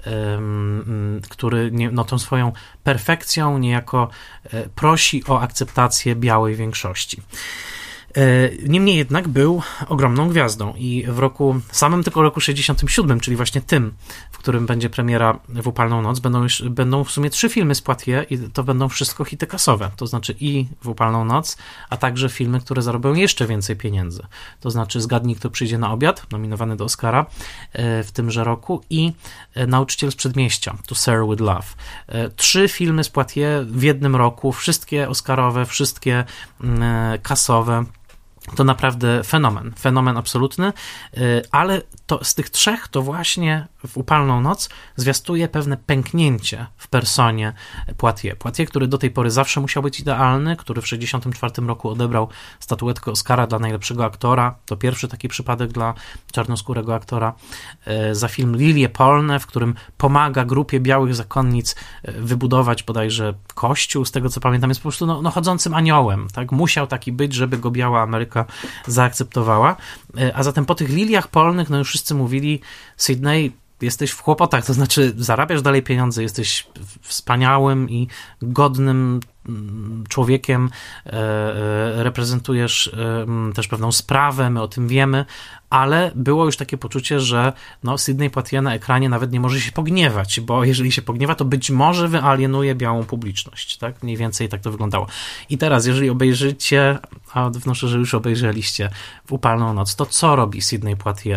który no, tą swoją perfekcją niejako prosi o akceptację białej większości. Niemniej jednak był ogromną gwiazdą i w roku, samym tylko roku sześćdziesiątym siódmym, czyli właśnie tym, w którym będzie premiera W upalną noc, będą, już, będą w sumie trzy filmy z Poitier i to będą wszystko hity kasowe, to znaczy i W upalną noc, a także filmy, które zarobią jeszcze więcej pieniędzy, to znaczy Zgadnij, kto przyjdzie na obiad, nominowany do Oscara w tymże roku, i Nauczyciel z Przedmieścia, To Sir with Love. Trzy filmy z Poitier w jednym roku, wszystkie oscarowe, wszystkie kasowe. To naprawdę fenomen, fenomen absolutny, ale to z tych trzech to właśnie W upalną noc zwiastuje pewne pęknięcie w personie Poitier. Poitier, który do tej pory zawsze musiał być idealny, który w sześćdziesiątym czwartym roku odebrał statuetkę Oscara dla najlepszego aktora, to pierwszy taki przypadek dla czarnoskórego aktora, za film Lilie polne, w którym pomaga grupie białych zakonnic wybudować bodajże kościół, z tego co pamiętam, jest po prostu no, no chodzącym aniołem, tak? Musiał taki być, żeby go biała Ameryka zaakceptowała, a zatem po tych liliach polnych, no już wszyscy mówili, Sidney, jesteś w kłopotach, to znaczy zarabiasz dalej pieniądze, jesteś wspaniałym i godnym człowiekiem, reprezentujesz też pewną sprawę, my o tym wiemy, ale było już takie poczucie, że no, Sidney Poitier na ekranie nawet nie może się pogniewać, bo jeżeli się pogniewa, to być może wyalienuje białą publiczność, tak? Mniej więcej tak to wyglądało. I teraz, jeżeli obejrzycie, a wnoszę, że już obejrzeliście W upalną noc, to co robi Sidney Poitier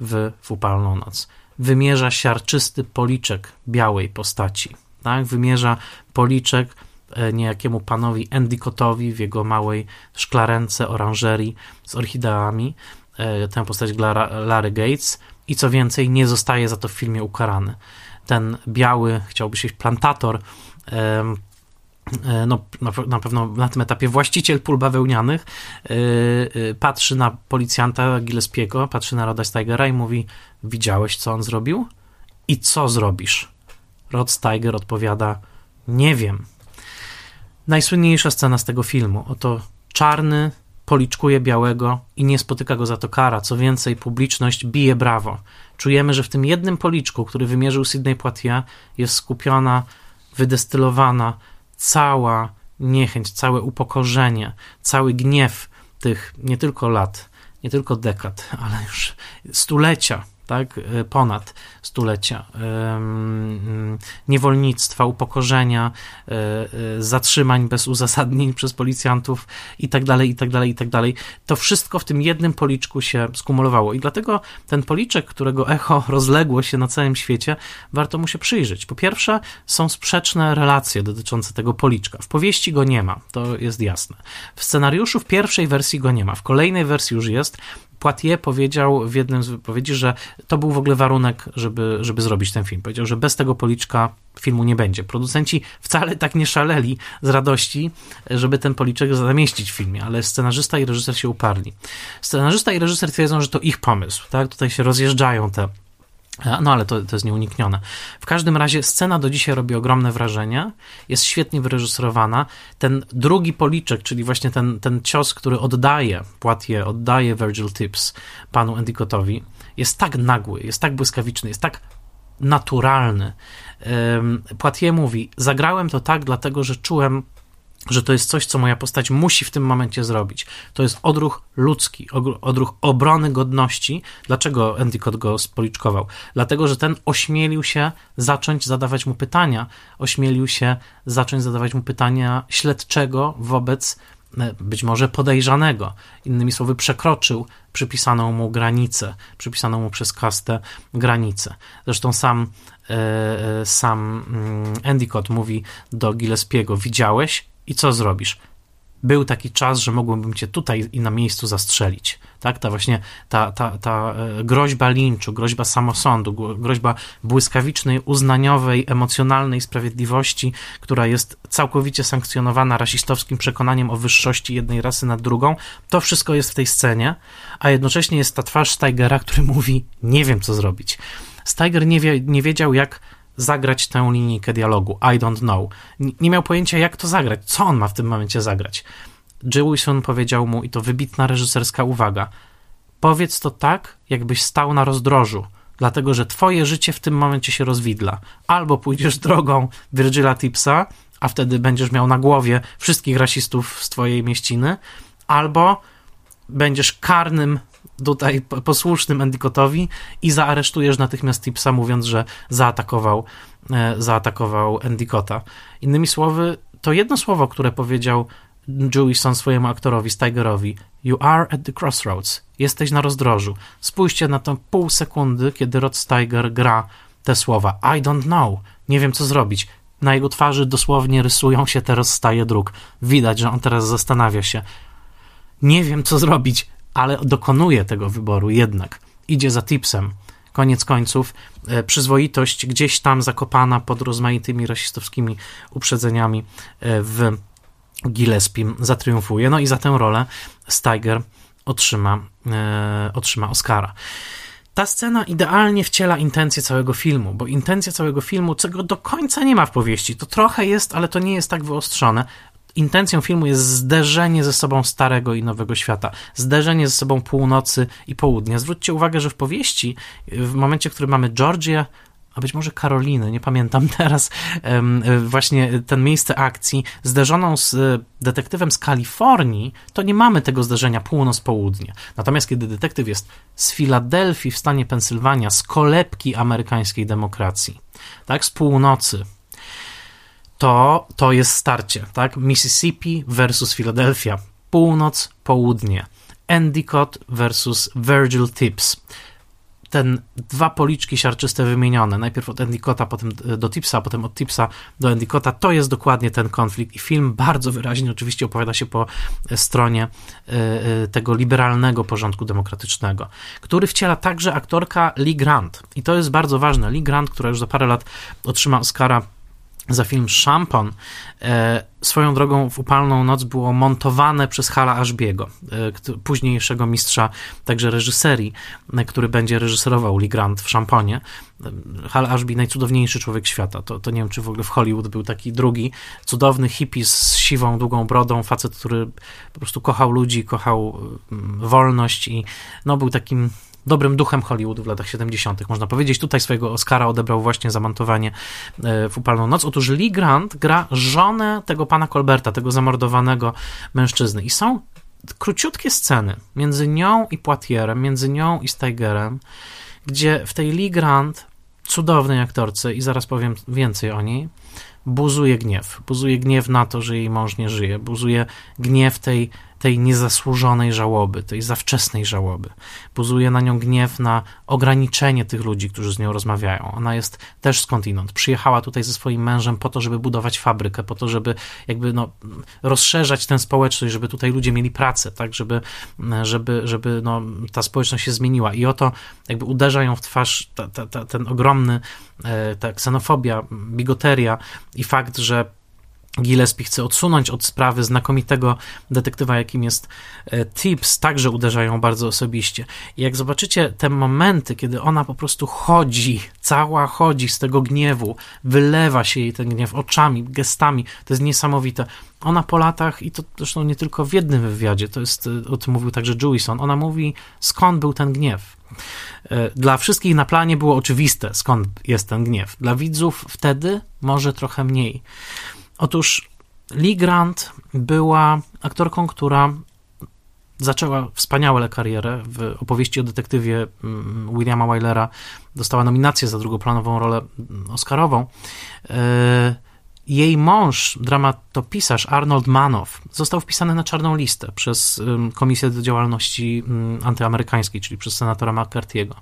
w, w upalną noc. Wymierza siarczysty policzek białej postaci, tak? Wymierza policzek niejakiemu panowi Endicottowi w jego małej szklarence oranżerii z orchideami, tę postać Larry Gates, i co więcej, nie zostaje za to w filmie ukarany. Ten biały, chciałby się plantator, no, na pewno na tym etapie właściciel pól bawełnianych, patrzy na policjanta Gillespiego, patrzy na Roda Steigera i mówi: widziałeś, co on zrobił? I co zrobisz? Rod Steiger odpowiada: nie wiem. Najsłynniejsza scena z tego filmu. Oto czarny policzkuje białego i nie spotyka go za to kara. Co więcej, publiczność bije brawo. Czujemy, że w tym jednym policzku, który wymierzył Sidney Poitier, jest skupiona, wydestylowana cała niechęć, całe upokorzenie, cały gniew tych nie tylko lat, nie tylko dekad, ale już stulecia, tak, ponad stulecia niewolnictwa, upokorzenia, zatrzymań bez uzasadnień przez policjantów i tak dalej, i tak dalej, i tak dalej. To wszystko w tym jednym policzku się skumulowało i dlatego ten policzek, którego echo rozległo się na całym świecie, warto mu się przyjrzeć. Po pierwsze, są sprzeczne relacje dotyczące tego policzka. W powieści go nie ma, to jest jasne. W scenariuszu w pierwszej wersji go nie ma, w kolejnej wersji już jest. Poitier powiedział w jednym z wypowiedzi, że to był w ogóle warunek, żeby, żeby zrobić ten film. Powiedział, że bez tego policzka filmu nie będzie. Producenci wcale tak nie szaleli z radości, żeby ten policzek zamieścić w filmie, ale scenarzysta i reżyser się uparli. Scenarzysta i reżyser twierdzą, że to ich pomysł. Tak? Tutaj się rozjeżdżają te... No ale to, to jest nieuniknione. W każdym razie scena do dzisiaj robi ogromne wrażenie, jest świetnie wyreżyserowana. Ten drugi policzek, czyli właśnie ten, ten cios, który oddaje Poitier, oddaje Virgil Tibbs panu Endicottowi, jest tak nagły, jest tak błyskawiczny, jest tak naturalny. Poitier mówi: zagrałem to tak, dlatego że czułem, że to jest coś, co moja postać musi w tym momencie zrobić. To jest odruch ludzki, odruch obrony godności. Dlaczego Endicott go spoliczkował? Dlatego, że ten ośmielił się zacząć zadawać mu pytania, ośmielił się zacząć zadawać mu pytania śledczego wobec być może podejrzanego. Innymi słowy, przekroczył przypisaną mu granicę, przypisaną mu przez kastę granicę. Zresztą sam, e, sam Endicott mówi do Gillespiego: widziałeś? I co zrobisz? Był taki czas, że mogłbym cię tutaj i na miejscu zastrzelić. Tak? Ta właśnie ta, ta, ta groźba linczu, groźba samosądu, groźba błyskawicznej, uznaniowej, emocjonalnej sprawiedliwości, która jest całkowicie sankcjonowana rasistowskim przekonaniem o wyższości jednej rasy nad drugą, to wszystko jest w tej scenie, a jednocześnie jest ta twarz Steigera, który mówi: nie wiem, co zrobić. Steiger nie, wie, nie wiedział, jak zagrać tę linijkę dialogu. I don't know. Nie miał pojęcia, jak to zagrać. Co on ma w tym momencie zagrać? Jewison powiedział mu, i to wybitna reżyserska uwaga: powiedz to tak, jakbyś stał na rozdrożu, dlatego że twoje życie w tym momencie się rozwidla. Albo pójdziesz drogą Virgila Tibbsa, a wtedy będziesz miał na głowie wszystkich rasistów z twojej mieściny, albo będziesz karnym tutaj posłusznym Endicottowi i zaaresztujesz natychmiast Tibbsa, mówiąc, że zaatakował, e, zaatakował Endicotta. Innymi słowy, to jedno słowo, które powiedział Jewison swojemu aktorowi Steigerowi: you are at the crossroads, jesteś na rozdrożu. Spójrzcie na to pół sekundy, kiedy Rod Steiger gra te słowa: I don't know, nie wiem, co zrobić. Na jego twarzy dosłownie rysują się te rozstaje dróg. Widać, że on teraz zastanawia się. Nie wiem, co zrobić, ale dokonuje tego wyboru jednak. Idzie za Tibbsem. Koniec końców e, przyzwoitość gdzieś tam zakopana pod rozmaitymi rasistowskimi uprzedzeniami e, w Gillespiem zatriumfuje. No i za tę rolę Steiger otrzyma, e, otrzyma Oscara. Ta scena idealnie wciela intencję całego filmu, bo intencja całego filmu, czego do końca nie ma w powieści, to trochę jest, ale to nie jest tak wyostrzone. Intencją filmu jest zderzenie ze sobą starego i nowego świata, zderzenie ze sobą północy i południa. Zwróćcie uwagę, że w powieści, w momencie, w którym mamy Georgię, a być może Karoliny, nie pamiętam teraz, właśnie ten miejsce akcji, zderzoną z detektywem z Kalifornii, to nie mamy tego zderzenia północ-południe. Natomiast kiedy detektyw jest z Filadelfii w stanie Pensylwania, z kolebki amerykańskiej demokracji, tak, z północy, to, to jest starcie, tak? Mississippi versus Philadelphia, północ, południe, Endicott versus Virgil Tibbs. ten dwa policzki siarczyste wymienione, najpierw od Endicotta, potem do Tipsa, a potem od Tipsa do Endicotta, to jest dokładnie ten konflikt i film bardzo wyraźnie oczywiście opowiada się po stronie tego liberalnego porządku demokratycznego, który wciela także aktorka Lee Grant i to jest bardzo ważne. Lee Grant, która już za parę lat otrzyma Oscara za film Szampon, e, swoją drogą w Upalną noc było montowane przez Hala Ashby'ego, e, późniejszego mistrza także reżyserii, e, który będzie reżyserował Lee Grant w Szamponie. Hal Ashby, najcudowniejszy człowiek świata. To, to nie wiem, czy w ogóle w Hollywood był taki drugi cudowny hippie z siwą, długą brodą, facet, który po prostu kochał ludzi, kochał mm, wolność i no, był takim dobrym duchem Hollywoodu w latach siedemdziesiątych, można powiedzieć. Tutaj swojego Oscara odebrał właśnie za montowanie w Upalną noc. Otóż Lee Grant gra żonę tego pana Colberta, tego zamordowanego mężczyzny. I są króciutkie sceny między nią i Poitierem, między nią i Steigerem, gdzie w tej Lee Grant, cudownej aktorce, i zaraz powiem więcej o niej, buzuje gniew. Buzuje gniew na to, że jej mąż nie żyje. Buzuje gniew tej tej niezasłużonej żałoby, tej za wczesnej żałoby. Buzuje na nią gniew na ograniczenie tych ludzi, którzy z nią rozmawiają. Ona jest też skądinąd. Przyjechała tutaj ze swoim mężem po to, żeby budować fabrykę, po to, żeby jakby no, rozszerzać tę społeczność, żeby tutaj ludzie mieli pracę, tak, żeby, żeby, żeby no, ta społeczność się zmieniła. I oto jakby uderza ją w twarz ta, ta, ta, ten ogromny, ta ksenofobia, bigoteria i fakt, że Gillespie chce odsunąć od sprawy znakomitego detektywa, jakim jest Tips, także uderzają bardzo osobiście. I jak zobaczycie te momenty, kiedy ona po prostu chodzi, cała chodzi z tego gniewu, wylewa się jej ten gniew oczami, gestami, to jest niesamowite. Ona po latach, i to zresztą nie tylko w jednym wywiadzie, to jest, o tym mówił także Jewison, ona mówi, skąd był ten gniew. Dla wszystkich na planie było oczywiste, skąd jest ten gniew. Dla widzów wtedy może trochę mniej. Otóż Lee Grant była aktorką, która zaczęła wspaniałą karierę w opowieści o detektywie Williama Wylera. Dostała nominację za drugoplanową rolę oscarową. Jej mąż, dramatopisarz Arnold Manoff, został wpisany na czarną listę przez Komisję do Działalności Antyamerykańskiej, czyli przez senatora McCarthy'ego.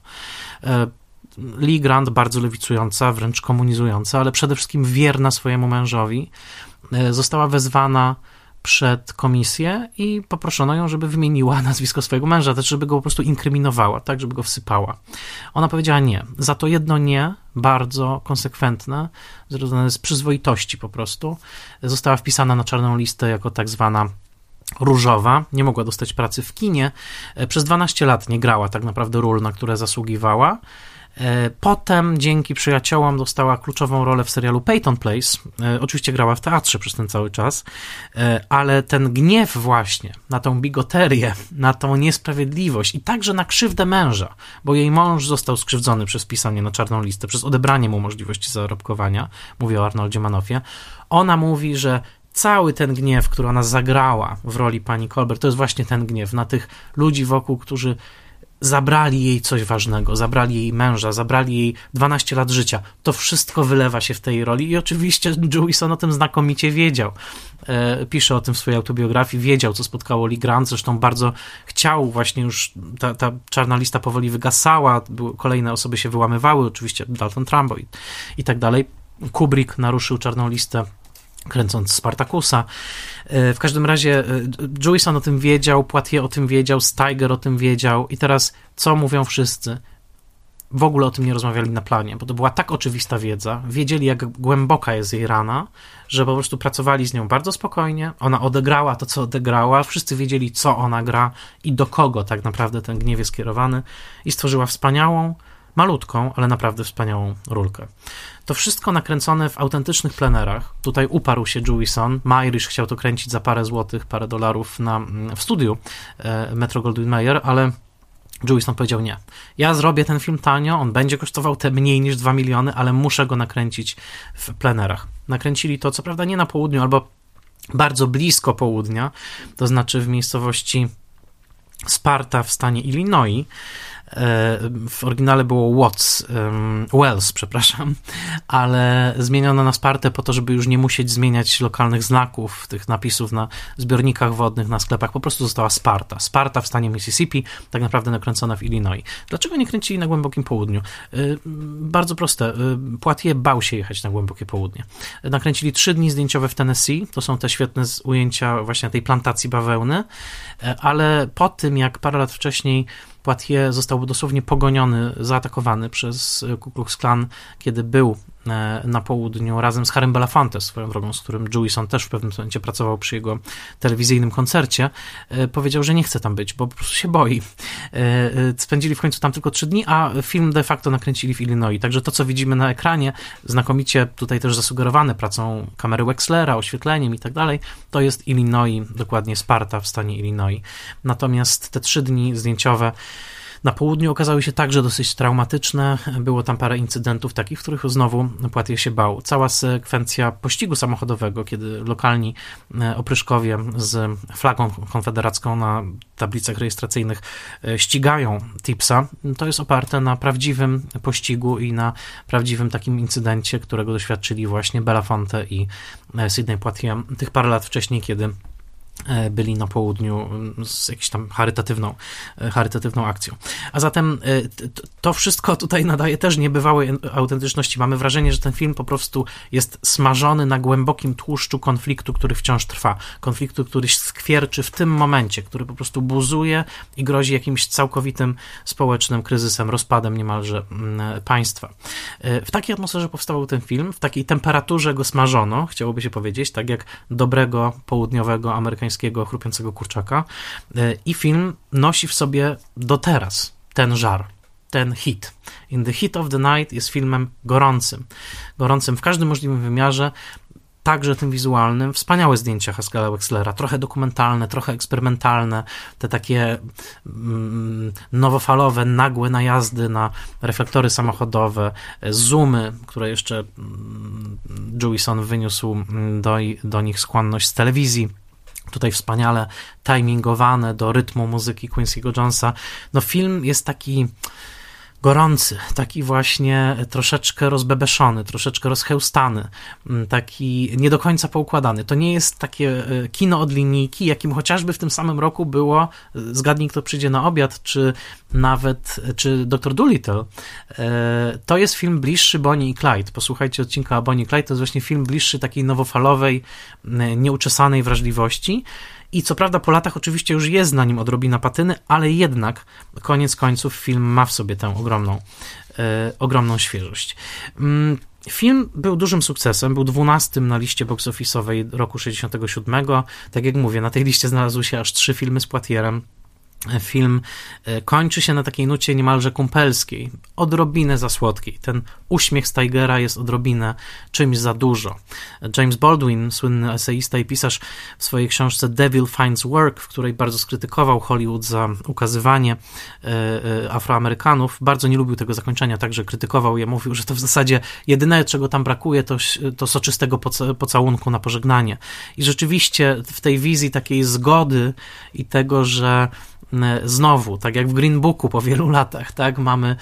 Lee Grant, bardzo lewicująca, wręcz komunizująca, ale przede wszystkim wierna swojemu mężowi, została wezwana przed komisję i poproszono ją, żeby wymieniła nazwisko swojego męża, też żeby go po prostu inkryminowała, tak, żeby go wsypała. Ona powiedziała nie. Za to jedno nie, bardzo konsekwentne, związane z przyzwoitości po prostu, została wpisana na czarną listę jako tak zwana różowa, nie mogła dostać pracy w kinie. Przez dwanaście lat nie grała tak naprawdę ról, na które zasługiwała. Potem dzięki przyjaciołom dostała kluczową rolę w serialu Peyton Place. Oczywiście grała w teatrze przez ten cały czas, ale ten gniew właśnie na tą bigoterię, na tą niesprawiedliwość i także na krzywdę męża, bo jej mąż został skrzywdzony przez wpisanie na czarną listę, przez odebranie mu możliwości zarobkowania, mówię o Arnoldzie Manoffie. Ona mówi, że cały ten gniew, który ona zagrała w roli pani Colbert, to jest właśnie ten gniew na tych ludzi wokół, którzy zabrali jej coś ważnego, zabrali jej męża, zabrali jej dwanaście lat życia. To wszystko wylewa się w tej roli i oczywiście Jewison o tym znakomicie wiedział. E, pisze o tym w swojej autobiografii, wiedział, co spotkało Lee Grant, zresztą bardzo chciał właśnie już, ta, ta czarna lista powoli wygasała, były, kolejne osoby się wyłamywały, oczywiście Dalton Trumbo i, i tak dalej. Kubrick naruszył czarną listę, kręcąc Spartakusa. W każdym razie Jewison o tym wiedział, Poitier o tym wiedział, Steiger o tym wiedział i teraz co mówią wszyscy? W ogóle o tym nie rozmawiali na planie, bo to była tak oczywista wiedza, wiedzieli jak głęboka jest jej rana, że po prostu pracowali z nią bardzo spokojnie, ona odegrała to, co odegrała, wszyscy wiedzieli, co ona gra i do kogo tak naprawdę ten gniew jest skierowany i stworzyła wspaniałą, malutką, ale naprawdę wspaniałą rólkę. To wszystko nakręcone w autentycznych plenerach. Tutaj uparł się Jewison. Mayrish chciał to kręcić za parę złotych, parę dolarów na, w studiu Metro-Goldwyn-Mayer, ale Jewison powiedział nie. Ja zrobię ten film tanio, on będzie kosztował te mniej niż dwa miliony, ale muszę go nakręcić w plenerach. Nakręcili to, co prawda nie na południu, albo bardzo blisko południa, to znaczy w miejscowości Sparta w stanie Illinois, W oryginale było Watts, Wells, przepraszam, ale zmieniono na Spartę po to, żeby już nie musieć zmieniać lokalnych znaków, tych napisów na zbiornikach wodnych, na sklepach. Po prostu została Sparta. Sparta w stanie Mississippi, tak naprawdę nakręcona w Illinois. Dlaczego nie kręcili na Głębokim Południu? Bardzo proste. Poitier bał się jechać na Głębokie Południe. Nakręcili trzy dni zdjęciowe w Tennessee. To są te świetne ujęcia właśnie tej plantacji bawełny, ale po tym, jak parę lat wcześniej Poitier został dosłownie pogoniony, zaatakowany przez Ku Klux Klan, kiedy był na południu razem z Harrym Belafonte, swoją drogą, z którym Jewison też w pewnym momencie pracował przy jego telewizyjnym koncercie, powiedział, że nie chce tam być, bo po prostu się boi. Spędzili w końcu tam tylko trzy dni, a film de facto nakręcili w Illinois. Także to, co widzimy na ekranie, znakomicie tutaj też zasugerowane pracą kamery Wexlera, oświetleniem i tak dalej, to jest Illinois, dokładnie Sparta w stanie Illinois. Natomiast te trzy dni zdjęciowe na południu okazały się także dosyć traumatyczne. Było tam parę incydentów takich, w których znowu Poitier się bał. Cała sekwencja pościgu samochodowego, kiedy lokalni opryszkowie z flagą konfederacką na tablicach rejestracyjnych ścigają Tipsa, to jest oparte na prawdziwym pościgu i na prawdziwym takim incydencie, którego doświadczyli właśnie Belafonte i Sidney Poitier tych parę lat wcześniej, kiedy byli na południu z jakąś tam charytatywną, charytatywną akcją. A zatem to wszystko tutaj nadaje też niebywałej autentyczności. Mamy wrażenie, że ten film po prostu jest smażony na głębokim tłuszczu konfliktu, który wciąż trwa. Konfliktu, który skwierczy w tym momencie, który po prostu buzuje i grozi jakimś całkowitym społecznym kryzysem, rozpadem niemalże państwa. W takiej atmosferze powstawał ten film, w takiej temperaturze go smażono, chciałoby się powiedzieć, tak jak dobrego południowego amerykańskiego chrupiącego kurczaka, i film nosi w sobie do teraz ten żar, ten hit. In the Heat of the Night jest filmem gorącym. Gorącym w każdym możliwym wymiarze, także tym wizualnym. Wspaniałe zdjęcia Haskella Wexlera, trochę dokumentalne, trochę eksperymentalne, te takie mm, nowofalowe, nagłe najazdy na reflektory samochodowe, zoomy, które jeszcze mm, Jewison wyniósł do, do nich skłonność z telewizji. Tutaj wspaniale timingowane do rytmu muzyki Quincy'ego Jonesa. No film jest taki gorący, taki właśnie troszeczkę rozbebeszony, troszeczkę rozchełstany, taki nie do końca poukładany. To nie jest takie kino od linijki, jakim chociażby w tym samym roku było Zgadnij, kto przyjdzie na obiad, czy nawet, czy doktor Dolittle. To jest film bliższy Bonnie i Clyde. Posłuchajcie odcinka o Bonnie i Clyde, to jest właśnie film bliższy takiej nowofalowej, nieuczesanej wrażliwości. I co prawda po latach oczywiście już jest na nim odrobina patyny, ale jednak koniec końców film ma w sobie tę ogromną, e, ogromną świeżość. Mm, film był dużym sukcesem, był dwunastym na liście box office'owej roku sześćdziesiątego siódmego. Tak jak mówię, na tej liście znalazły się aż trzy filmy z Poitierem. Film kończy się na takiej nucie niemalże kumpelskiej, odrobinę za słodkiej. Ten uśmiech z Tigera jest odrobinę czymś za dużo. James Baldwin, słynny eseista i pisarz, w swojej książce Devil Finds Work, w której bardzo skrytykował Hollywood za ukazywanie Afroamerykanów, bardzo nie lubił tego zakończenia, także krytykował je, mówił, że to w zasadzie jedyne, czego tam brakuje, to, to soczystego poca- pocałunku na pożegnanie. I rzeczywiście w tej wizji takiej zgody i tego, że znowu, tak jak w Green Booku po wielu latach, tak, mamy,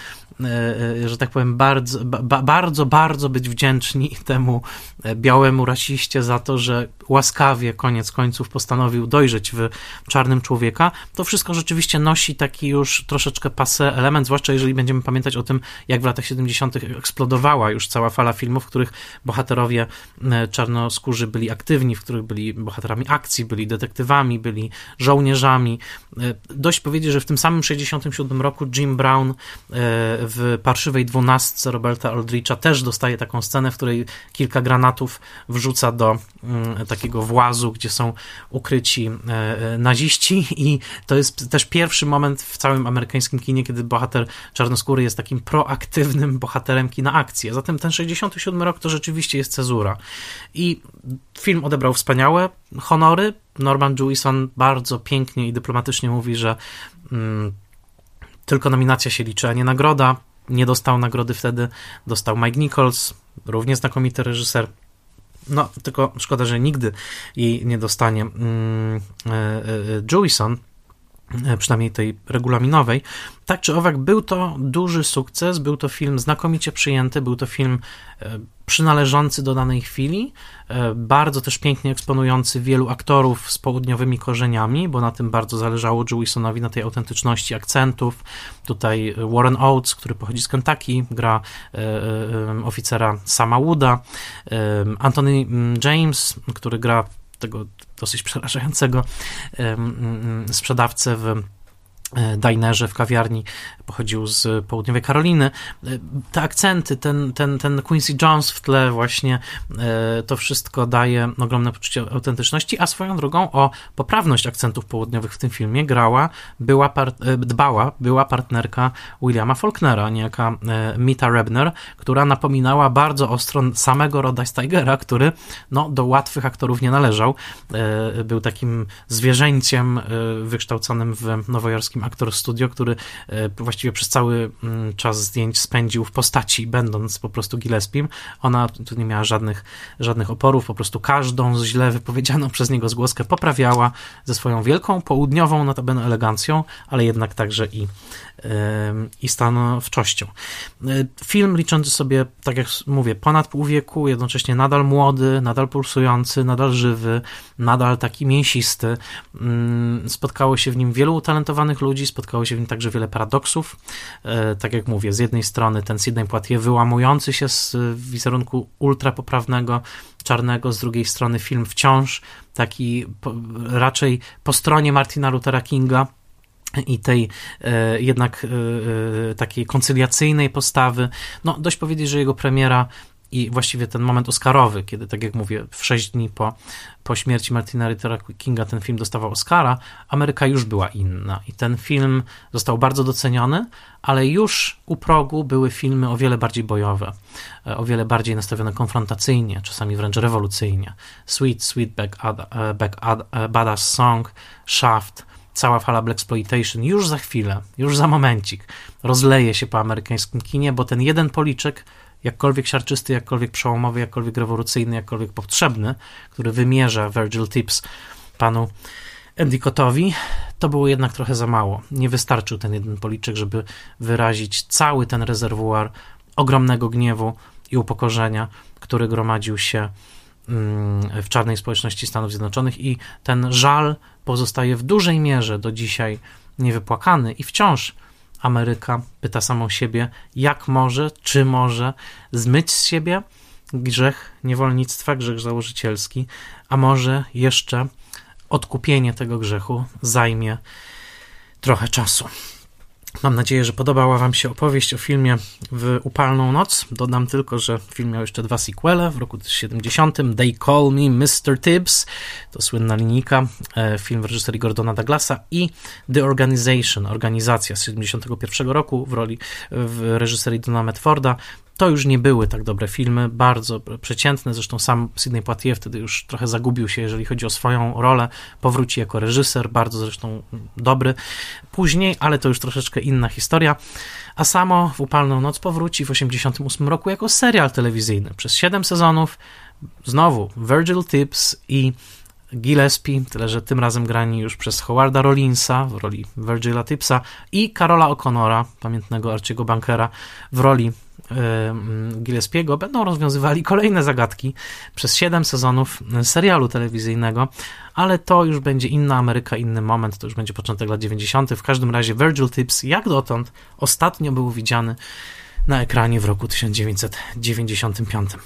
że tak powiem, bardzo, ba, bardzo, bardzo być wdzięczni temu białemu rasiście za to, że łaskawie koniec końców postanowił dojrzeć w czarnym człowieka. To wszystko rzeczywiście nosi taki już troszeczkę passé element, zwłaszcza jeżeli będziemy pamiętać o tym, jak w latach siedemdziesiątych eksplodowała już cała fala filmów, w których bohaterowie czarnoskórzy byli aktywni, w których byli bohaterami akcji, byli detektywami, byli żołnierzami. Dość powiedzieć, że w tym samym sześćdziesiątym siódmym roku Jim Brown w Parszywej dwunastce Roberta Aldricha też dostaje taką scenę, w której kilka granatów wrzuca do takiego włazu, gdzie są ukryci naziści, i to jest też pierwszy moment w całym amerykańskim kinie, kiedy bohater czarnoskóry jest takim proaktywnym bohaterem kina akcji. A zatem ten sześćdziesiąty siódmy rok to rzeczywiście jest cezura. I film odebrał wspaniałe honory. Norman Jewison bardzo pięknie i dyplomatycznie mówi, że mm, tylko nominacja się liczy, a nie nagroda. Nie dostał nagrody wtedy, dostał Mike Nichols, równie znakomity reżyser. No, tylko szkoda, że nigdy jej nie dostanie mm, e, e, Jewison. przynajmniej tej regulaminowej. Tak czy owak, był to duży sukces, był to film znakomicie przyjęty, był to film przynależący do danej chwili, bardzo też pięknie eksponujący wielu aktorów z południowymi korzeniami, bo na tym bardzo zależało Jewisonowi, na tej autentyczności akcentów. Tutaj Warren Oates, który pochodzi z Kentucky, gra oficera Sama Wooda, Anthony James, który gra tego dosyć przerażającego sprzedawcę w dinerze, w kawiarni, pochodził z południowej Karoliny. Te akcenty, ten, ten, ten Quincy Jones w tle właśnie, to wszystko daje ogromne poczucie autentyczności, a swoją drogą o poprawność akcentów południowych w tym filmie grała, była par- dbała, była partnerka Williama Faulknera, niejaka Mita Rebner, która napominała bardzo ostro samego Roda Steigera, który no, do łatwych aktorów nie należał. Był takim zwierzęciem wykształconym w nowojorskim Actors Studio, który właściwie przez cały czas zdjęć spędził w postaci, będąc po prostu Gillespiem. Ona tu nie miała żadnych, żadnych oporów, po prostu każdą źle wypowiedzianą przez niego zgłoskę poprawiała ze swoją wielką, południową, notabene elegancją, ale jednak także i, yy, i stanowczością. Film liczący sobie, tak jak mówię, ponad pół wieku, jednocześnie nadal młody, nadal pulsujący, nadal żywy, nadal taki mięsisty. Yy, spotkało się w nim wielu utalentowanych ludzi, spotkało się w nim także wiele paradoksów. Yy, tak jak mówię, z jednej strony ten Sidney Poitier wyłamujący się z wizerunku ultrapoprawnego, czarnego, z drugiej strony film wciąż taki po, raczej po stronie Martina Luthera Kinga i tej e, jednak e, takiej koncyliacyjnej postawy. No, dość powiedzieć, że jego premiera i właściwie ten moment oscarowy, kiedy, tak jak mówię, w sześć dni po, po śmierci Martina Luthera Kinga ten film dostawał Oscara, Ameryka już była inna i ten film został bardzo doceniony, ale już u progu były filmy o wiele bardziej bojowe, o wiele bardziej nastawione konfrontacyjnie, czasami wręcz rewolucyjnie. Sweet, Sweet Back, Ad, Back Ad, Badass Song, Shaft, cała fala blaxploitation już za chwilę, już za momencik rozleje się po amerykańskim kinie, bo ten jeden policzek, jakkolwiek siarczysty, jakkolwiek przełomowy, jakkolwiek rewolucyjny, jakkolwiek potrzebny, który wymierza Virgil Tips panu Endicottowi, to było jednak trochę za mało. Nie wystarczył ten jeden policzek, żeby wyrazić cały ten rezerwuar ogromnego gniewu i upokorzenia, który gromadził się w czarnej społeczności Stanów Zjednoczonych i ten żal pozostaje w dużej mierze do dzisiaj niewypłakany i wciąż Ameryka pyta samą siebie, jak może, czy może zmyć z siebie grzech niewolnictwa, grzech założycielski, a może jeszcze odkupienie tego grzechu zajmie trochę czasu. Mam nadzieję, że podobała wam się opowieść o filmie w upalną noc. Dodam tylko, że film miał jeszcze dwa sequele w roku siedemdziesiątym. They Call Me mister Tibbs, to słynna linijka, film w reżyserii Gordona Douglasa, i The Organization, Organizacja z siedemdziesiątego pierwszego roku w roli w reżyserii Dona Medforda. To już nie były tak dobre filmy, bardzo przeciętne, zresztą sam Sidney Poitier wtedy już trochę zagubił się, jeżeli chodzi o swoją rolę, powróci jako reżyser, bardzo zresztą dobry później, ale to już troszeczkę inna historia, a samo w Upalną Noc powróci w osiemdziesiątym ósmym roku jako serial telewizyjny przez siedem sezonów, znowu Virgil Tibbs i Gillespie, tyle że tym razem grani już przez Howarda Rollinsa w roli Virgila Tibbsa i Carola O'Connora, pamiętnego Archiego Bankera, w roli Gillespiego, będą rozwiązywali kolejne zagadki przez siedem sezonów serialu telewizyjnego, ale to już będzie inna Ameryka, inny moment, to już będzie początek lat dziewięćdziesiątych. W każdym razie Virgil Tibbs, jak dotąd, ostatnio był widziany na ekranie w roku tysiąc dziewięćset dziewięćdziesiątym piątym.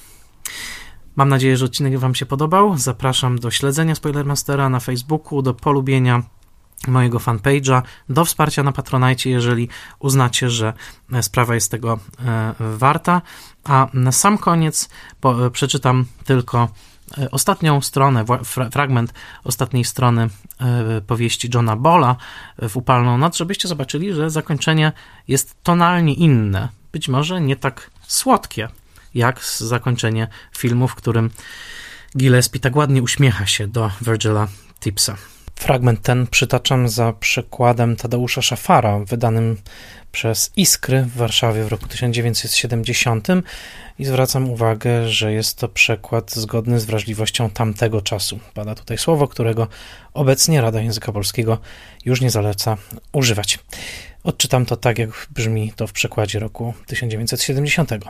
Mam nadzieję, że odcinek wam się podobał. Zapraszam do śledzenia Spoilermastera na Facebooku, do polubienia mojego fanpage'a, do wsparcia na Patronite, jeżeli uznacie, że sprawa jest tego e, warta. A na sam koniec po, e, przeczytam tylko e, ostatnią stronę, fra, fragment ostatniej strony e, powieści Johna Bolla w Upalną Noc, żebyście zobaczyli, że zakończenie jest tonalnie inne, być może nie tak słodkie, jak zakończenie filmu, w którym Gillespie tak ładnie uśmiecha się do Virgila Tibbsa. Fragment ten przytaczam za przykładem Tadeusza Szafara, wydanym przez Iskry w Warszawie w roku tysiąc dziewięćset siedemdziesiątym i zwracam uwagę, że jest to przekład zgodny z wrażliwością tamtego czasu. Pada tutaj słowo, którego obecnie Rada Języka Polskiego już nie zaleca używać. Odczytam to tak, jak brzmi to w przekładzie roku tysiąc dziewięćset siedemdziesiątego.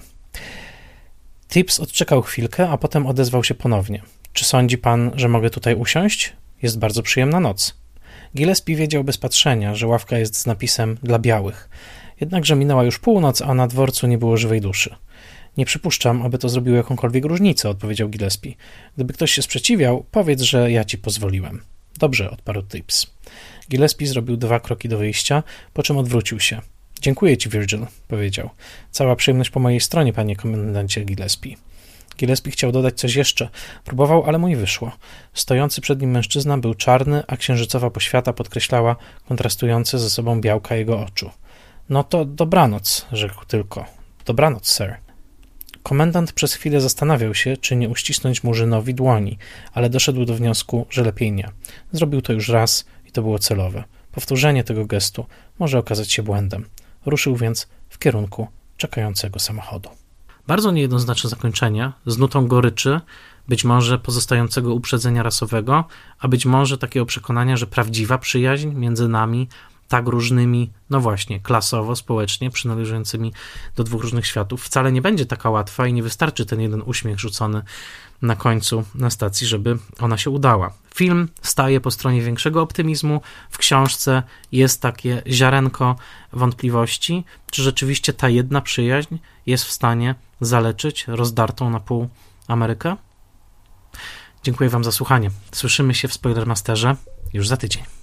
Tips odczekał chwilkę, a potem odezwał się ponownie. Czy sądzi pan, że mogę tutaj usiąść? Jest bardzo przyjemna noc. Gillespie wiedział bez patrzenia, że ławka jest z napisem dla białych. Jednakże minęła już północ, a na dworcu nie było żywej duszy. Nie przypuszczam, aby to zrobiło jakąkolwiek różnicę, odpowiedział Gillespie. Gdyby ktoś się sprzeciwiał, powiedz, że ja ci pozwoliłem. Dobrze, odparł Tips. Gillespie zrobił dwa kroki do wyjścia, po czym odwrócił się. Dziękuję ci, Virgil, powiedział. Cała przyjemność po mojej stronie, panie komendancie Gillespie. Gillespie chciał dodać coś jeszcze. Próbował, ale mu nie wyszło. Stojący przed nim mężczyzna był czarny, a księżycowa poświata podkreślała kontrastujące ze sobą białka jego oczu. No to dobranoc, rzekł tylko. Dobranoc, sir. Komendant przez chwilę zastanawiał się, czy nie uścisnąć murzynowi dłoni, ale doszedł do wniosku, że lepiej nie. Zrobił to już raz i to było celowe. Powtórzenie tego gestu może okazać się błędem. Ruszył więc w kierunku czekającego samochodu. Bardzo niejednoznaczne zakończenie, z nutą goryczy, być może pozostającego uprzedzenia rasowego, a być może takiego przekonania, że prawdziwa przyjaźń między nami, tak różnymi, no właśnie, klasowo, społecznie, przynależącymi do dwóch różnych światów, wcale nie będzie taka łatwa i nie wystarczy ten jeden uśmiech rzucony na końcu na stacji, żeby ona się udała. Film staje po stronie większego optymizmu, w książce jest takie ziarenko wątpliwości, czy rzeczywiście ta jedna przyjaźń jest w stanie zaleczyć rozdartą na pół Amerykę? Dziękuję wam za słuchanie. Słyszymy się w Spoilermasterze już za tydzień.